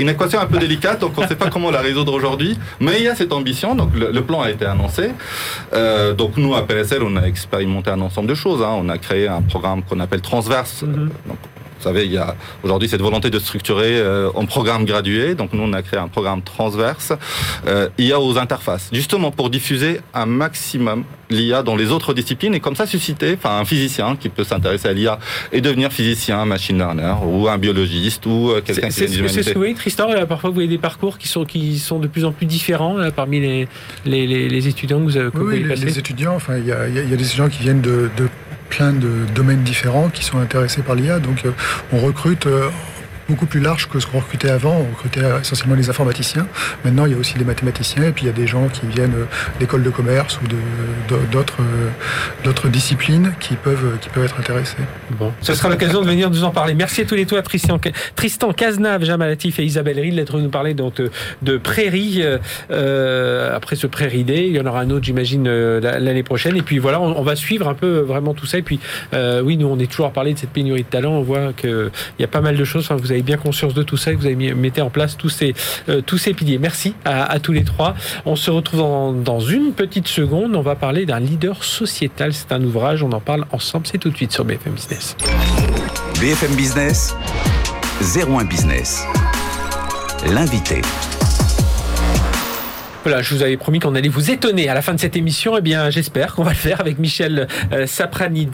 une équation un peu délicate, donc on ne sait pas comment la résoudre aujourd'hui, mais il y a cette ambition, donc le, le plan a été annoncé. Euh, donc nous, à P L S L, on a expérimenté un ensemble de choses. Hein. On a créé un programme qu'on appelle Transverse. Mm-hmm. Donc, vous savez, il y a aujourd'hui cette volonté de structurer euh, en programme gradué. Donc nous, on a créé un programme transverse. Euh, I A aux interfaces, justement pour diffuser un maximum l'I A dans les autres disciplines et comme ça susciter, enfin un physicien qui peut s'intéresser à l'I A et devenir physicien, machine learner ou un biologiste ou euh, quelqu'un c'est, qui vient C'est ce que vous voyez, Tristan, là, parfois vous voyez des parcours qui sont, qui sont de plus en plus différents là, parmi les, les, les, les étudiants que vous, que oui, vous voyez les, passer. Les étudiants, enfin, il y a, y a des étudiants qui viennent de, de plein de domaines différents qui sont intéressés par l'I A. Donc, euh, on recrute euh, beaucoup plus large que ce qu'on recrutait avant. On recrutait essentiellement les informaticiens. Maintenant, il y a aussi les mathématiciens et puis il y a des gens qui viennent d'écoles de commerce ou de, de, d'autres, euh, d'autres disciplines qui peuvent, qui peuvent être intéressés. Bon, ce sera l'occasion de venir nous en parler. Merci à tous les trois, Tristan, Tristan Cazenave, Jam Alatif et Isabelle Rill, d'être nous parler donc de, de Prairie. Euh, après ce Prairie Day, il y en aura un autre, j'imagine, l'année prochaine. Et puis voilà, on, on va suivre un peu vraiment tout ça. Et puis, euh, oui, nous, on est toujours à parler de cette pénurie de talent. On voit qu'il y a pas mal de choses. Enfin, vous avez bien conscience de tout ça, que vous avez mis, mettez en place tous ces, euh, tous ces piliers. Merci à, à tous les trois. On se retrouve dans, dans une petite seconde. On va parler d'un leader sociétal. C'est un ouvrage, on en parle ensemble. C'est tout de suite sur B F M Business. B F M Business, zéro un Business. L'invité. Voilà, je vous avais promis qu'on allait vous étonner à la fin de cette émission. Eh bien, j'espère qu'on va le faire avec Michel euh, Sapranides.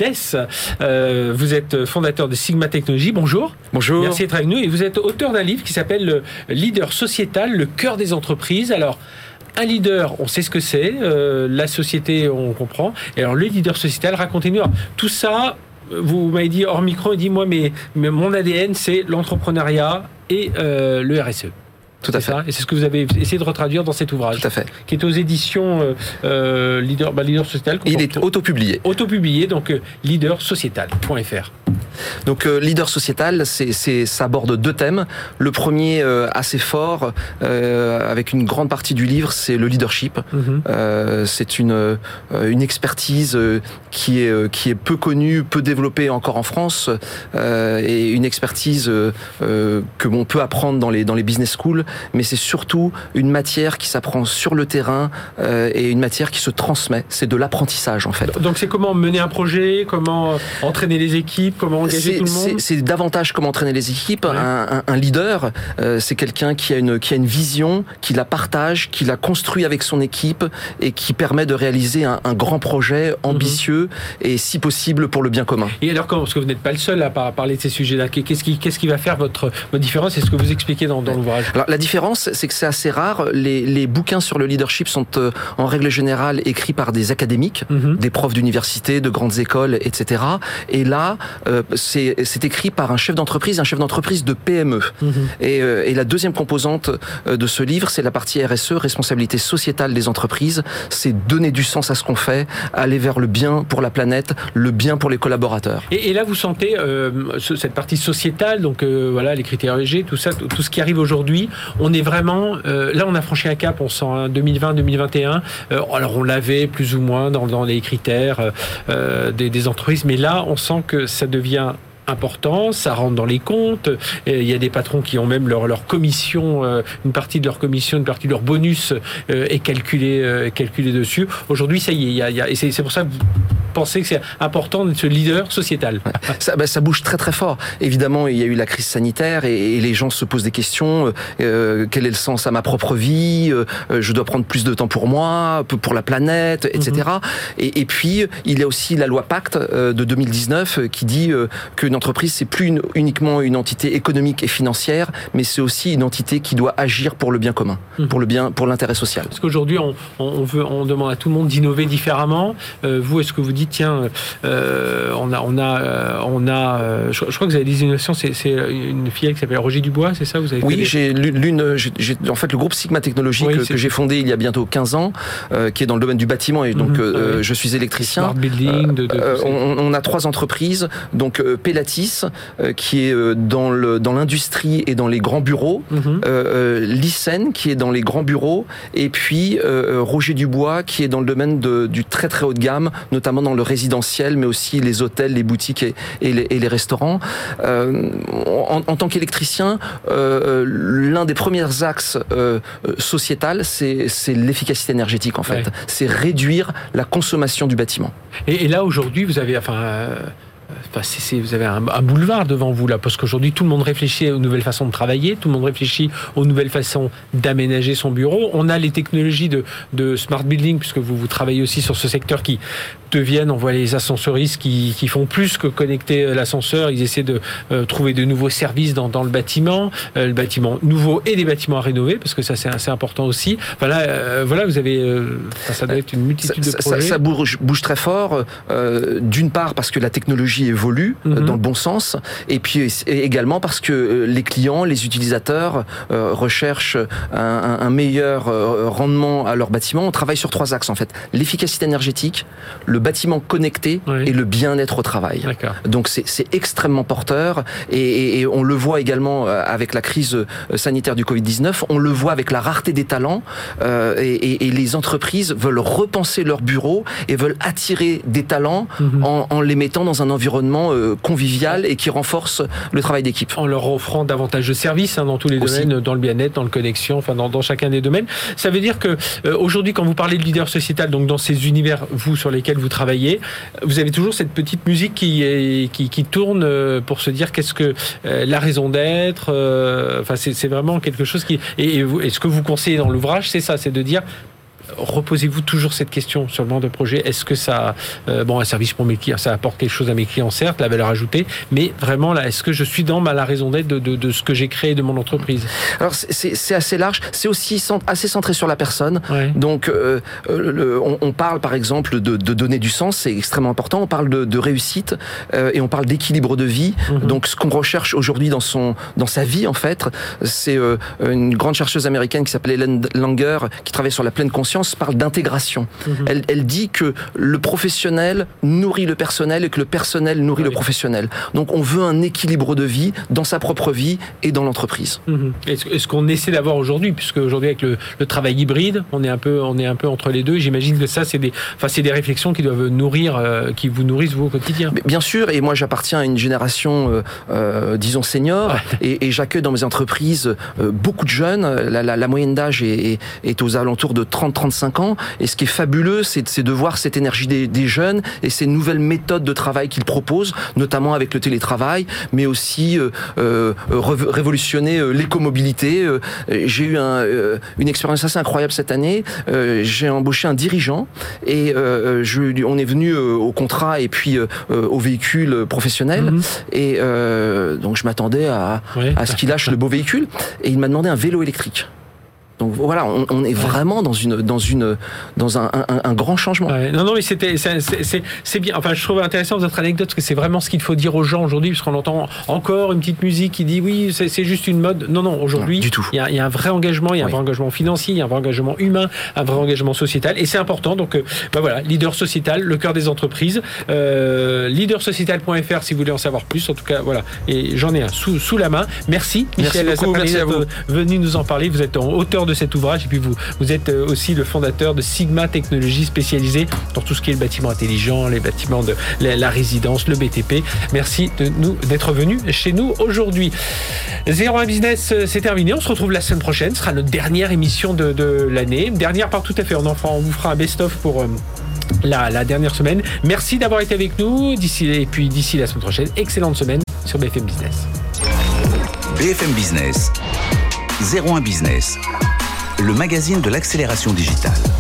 Euh, vous êtes fondateur de Sigma Technologies. Bonjour. Bonjour. Merci d'être avec nous. Et vous êtes auteur d'un livre qui s'appelle Leader sociétal, le cœur des entreprises. Alors, un leader, on sait ce que c'est. Euh, la société, on comprend. Et alors, le leader sociétal, racontez-nous. Alors, tout ça, vous m'avez dit hors micro, il dit moi, mais, mais mon A D N, c'est l'entrepreneuriat et euh, le R S E. Tout à c'est fait. Ça. Et c'est ce que vous avez essayé de retraduire dans cet ouvrage. Tout à fait. Qui est aux éditions euh, euh, Leader, bah, Leader Sociétal. Il est autopublié. Autopublié, donc euh, leader sociétal point f r. Donc euh, leader sociétal, c'est, c'est, ça aborde deux thèmes. Le premier, euh, assez fort, euh, avec une grande partie du livre, c'est le leadership. Mm-hmm. Euh, c'est une, euh, une expertise euh, qui, est, euh, qui est peu connue, peu développée encore en France, euh, et une expertise euh, euh, que l'on peut apprendre dans les, dans les business schools, mais c'est surtout une matière qui s'apprend sur le terrain euh, et une matière qui se transmet. C'est de l'apprentissage, en fait. Donc c'est comment mener un projet, comment entraîner les équipes, comment engager c'est, tout le monde. c'est, c'est davantage comment entraîner les équipes. Ouais. Un, un, un leader, euh, c'est quelqu'un qui a une qui a une vision, qui la partage, qui la construit avec son équipe et qui permet de réaliser un, un grand projet ambitieux mm-hmm. et si possible pour le bien commun. Et alors, parce que vous n'êtes pas le seul à parler de ces sujets-là, qu'est-ce qui qu'est-ce qui va faire votre votre différence? C'est ce que vous expliquez dans, dans ouais. l'ouvrage. Alors la différence, c'est que c'est assez rare. Les, les bouquins sur le leadership sont euh, en règle générale écrits par des académiques, mm-hmm. des profs d'université, de grandes écoles, et cetera. Et là, euh, c'est, c'est écrit par un chef d'entreprise, un chef d'entreprise de P M E. Mm-hmm. Et, euh, et la deuxième composante euh, de ce livre, c'est la partie R S E, responsabilité sociétale des entreprises. C'est donner du sens à ce qu'on fait, aller vers le bien pour la planète, le bien pour les collaborateurs. Et, et là, vous sentez euh, cette partie sociétale, donc euh, voilà, les critères E G, tout ça, tout, tout ce qui arrive aujourd'hui. On est vraiment, euh, là on a franchi un cap, on sent hein, deux mille vingt deux mille vingt et un, euh, alors on l'avait plus ou moins dans, dans les critères euh, des, des entreprises, mais là on sent que ça devient important, ça rentre dans les comptes, il y a des patrons qui ont même leur, leur commission, euh, une partie de leur commission, une partie de leur bonus euh, est calculée, euh, calculée dessus. Aujourd'hui ça y est, il y a, il y a, et c'est, c'est pour ça que vous pensez que c'est important d'être ce leader sociétal. Ça, bah, ça bouge très très fort. Évidemment, il y a eu la crise sanitaire et, et les gens se posent des questions. Euh, quel est le sens à ma propre vie? euh, Je dois prendre plus de temps pour moi, pour la planète, et cetera. Mm-hmm. Et, et puis, il y a aussi la loi Pacte euh, de deux mille dix-neuf qui dit euh, qu'une entreprise, c'est plus une, uniquement une entité économique et financière, mais c'est aussi une entité qui doit agir pour le bien commun, mm-hmm. pour le bien, pour l'intérêt social. Parce qu'aujourd'hui, on, on veut, on demande à tout le monde d'innover différemment. Euh, vous, est-ce que vous dites tiens, euh, on a, on a, euh, on a. Euh, je, je crois que vous avez des innovations. C'est, c'est une filiale qui s'appelle Roger Dubois, c'est ça? Vous avez oui, des... j'ai l'une. J'ai, j'ai, en fait, le groupe Sigma Technologies oui, que, que j'ai fondé il y a bientôt quinze ans, euh, qui est dans le domaine du bâtiment et donc mm-hmm. euh, oui. je suis électricien. Smart building. De, de, euh, on, on a trois entreprises. Donc euh, Pelatis, euh, qui est euh, dans le dans l'industrie et dans les grands bureaux. Mm-hmm. Euh, Lycen, qui est dans les grands bureaux, et puis euh, Roger Dubois, qui est dans le domaine de, du très très haut de gamme, notamment dans le résidentiel, mais aussi les hôtels, les boutiques et, et, les, et les restaurants. Euh, en, en tant qu'électricien, euh, l'un des premiers axes euh, sociétal, c'est, c'est l'efficacité énergétique en fait. Ouais. C'est réduire la consommation du bâtiment. Et, et là aujourd'hui, vous avez, enfin. Euh... Enfin, c'est, c'est, vous avez un, un boulevard devant vous là, parce qu'aujourd'hui tout le monde réfléchit aux nouvelles façons de travailler, tout le monde réfléchit aux nouvelles façons d'aménager son bureau. On a les technologies de, de smart building, puisque vous, vous travaillez aussi sur ce secteur, qui deviennent, on voit les ascensoristes qui, qui font plus que connecter l'ascenseur, ils essaient de euh, trouver de nouveaux services dans, dans le bâtiment, euh, le bâtiment nouveau et des bâtiments à rénover, parce que ça c'est assez important aussi. Enfin là, euh, voilà, vous avez, euh, ça, ça doit être une multitude ça, de projets. Ça, ça bouge, bouge très fort, euh, d'une part parce que la technologie évolue mm-hmm. dans le bon sens, et puis également parce que les clients, les utilisateurs euh, recherchent un, un, un meilleur euh, rendement à leur bâtiment. On travaille sur trois axes en fait: l'efficacité énergétique, le bâtiment connecté oui. et le bien-être au travail. D'accord. Donc c'est, c'est extrêmement porteur, et, et, et on le voit également avec la crise sanitaire du covid dix-neuf, on le voit avec la rareté des talents, euh, et, et, et les entreprises veulent repenser leurs bureaux et veulent attirer des talents mm-hmm. en, en les mettant dans un environnement euh, convivial et qui renforce le travail d'équipe. En leur offrant davantage de services hein, dans tous les Aussi. domaines, dans le bien-être, dans le connexion, enfin dans, dans chacun des domaines. Ça veut dire que euh, aujourd'hui, quand vous parlez de leader sociétal, donc dans ces univers, vous sur lesquels vous travaillez, vous avez toujours cette petite musique qui, est, qui, qui tourne euh, pour se dire qu'est-ce que euh, la raison d'être. Euh, enfin, c'est, c'est vraiment quelque chose qui. Et, et, vous, et ce que vous conseillez dans l'ouvrage, c'est ça, c'est de dire. Reposez-vous toujours cette question sur le plan de projet. Est-ce que ça, euh, bon, un service pour mes clients, ça apporte quelque chose à mes clients, certes, la valeur ajoutée, mais vraiment là, est-ce que je suis dans ma, la raison d'être de, de, de ce que j'ai créé de mon entreprise? Alors c'est, c'est assez large, c'est aussi cent, assez centré sur la personne. Ouais. Donc euh, le, on, on parle par exemple de, de donner du sens, c'est extrêmement important. On parle de, de réussite euh, et on parle d'équilibre de vie. Mm-hmm. Donc ce qu'on recherche aujourd'hui dans son, dans sa vie en fait, c'est euh, une grande chercheuse américaine qui s'appelle Helen Langer, qui travaille sur la pleine conscience, parle d'intégration. Mmh. Elle, elle dit que le professionnel nourrit le personnel et que le personnel nourrit oui. le professionnel. Donc on veut un équilibre de vie dans sa propre vie et dans l'entreprise. Mmh. Est-ce, est-ce qu'on essaie d'avoir aujourd'hui, puisque aujourd'hui avec le, le travail hybride, on est un peu, on est un peu entre les deux. J'imagine que ça, c'est des, enfin, c'est des réflexions qui doivent nourrir, euh, qui vous nourrissent vous au quotidien. Mais bien sûr, et moi j'appartiens à une génération, euh, euh, disons senior, ouais. et, et j'accueille dans mes entreprises euh, beaucoup de jeunes. La, la, la moyenne d'âge est, est, est aux alentours de trente à trente-cinq ans, et ce qui est fabuleux, c'est, c'est de voir cette énergie des, des jeunes et ces nouvelles méthodes de travail qu'ils proposent, notamment avec le télétravail, mais aussi euh, euh, révolutionner euh, l'écomobilité. Euh, j'ai eu un, euh, une expérience assez incroyable cette année. Euh, j'ai embauché un dirigeant et euh, je, on est venu euh, au contrat et puis euh, au véhicule professionnel. Mmh. Et euh, donc je m'attendais à, oui. à ce qu'il lâche le beau véhicule, et il m'a demandé un vélo électrique. Donc voilà, on, on est vraiment dans une dans une dans un, un, un grand changement. Ouais, non non mais c'était c'est, c'est, c'est bien. Enfin, je trouve intéressant votre anecdote, parce que c'est vraiment ce qu'il faut dire aux gens aujourd'hui, puisqu'on entend encore une petite musique qui dit oui c'est, c'est juste une mode. Non non, aujourd'hui il y a, y a un vrai engagement, il y a un oui. vrai engagement financier, il y a un vrai engagement humain, un vrai engagement sociétal, et c'est important. Donc euh, bah voilà, leader sociétal, le cœur des entreprises. Euh, leader sociétal point f r si vous voulez en savoir plus. En tout cas voilà, et j'en ai un sous sous la main. Merci Michel Merci, merci à vous venu nous en parler. Vous êtes en auteur de cet ouvrage, et puis vous, vous êtes aussi le fondateur de Sigma Technologies, spécialisée dans tout ce qui est le bâtiment intelligent, les bâtiments de la, la résidence, le B T P. Merci de nous, d'être venu chez nous aujourd'hui. zéro un Business, c'est terminé. On se retrouve la semaine prochaine. Ce sera notre dernière émission de, de l'année. Dernière par tout à fait. On, en fera, on vous fera un best-of pour... Euh, La, la dernière semaine. Merci d'avoir été avec nous. D'ici, et puis d'ici la semaine prochaine, excellente semaine sur B F M Business. B F M Business, zéro un Business, le magazine de l'accélération digitale.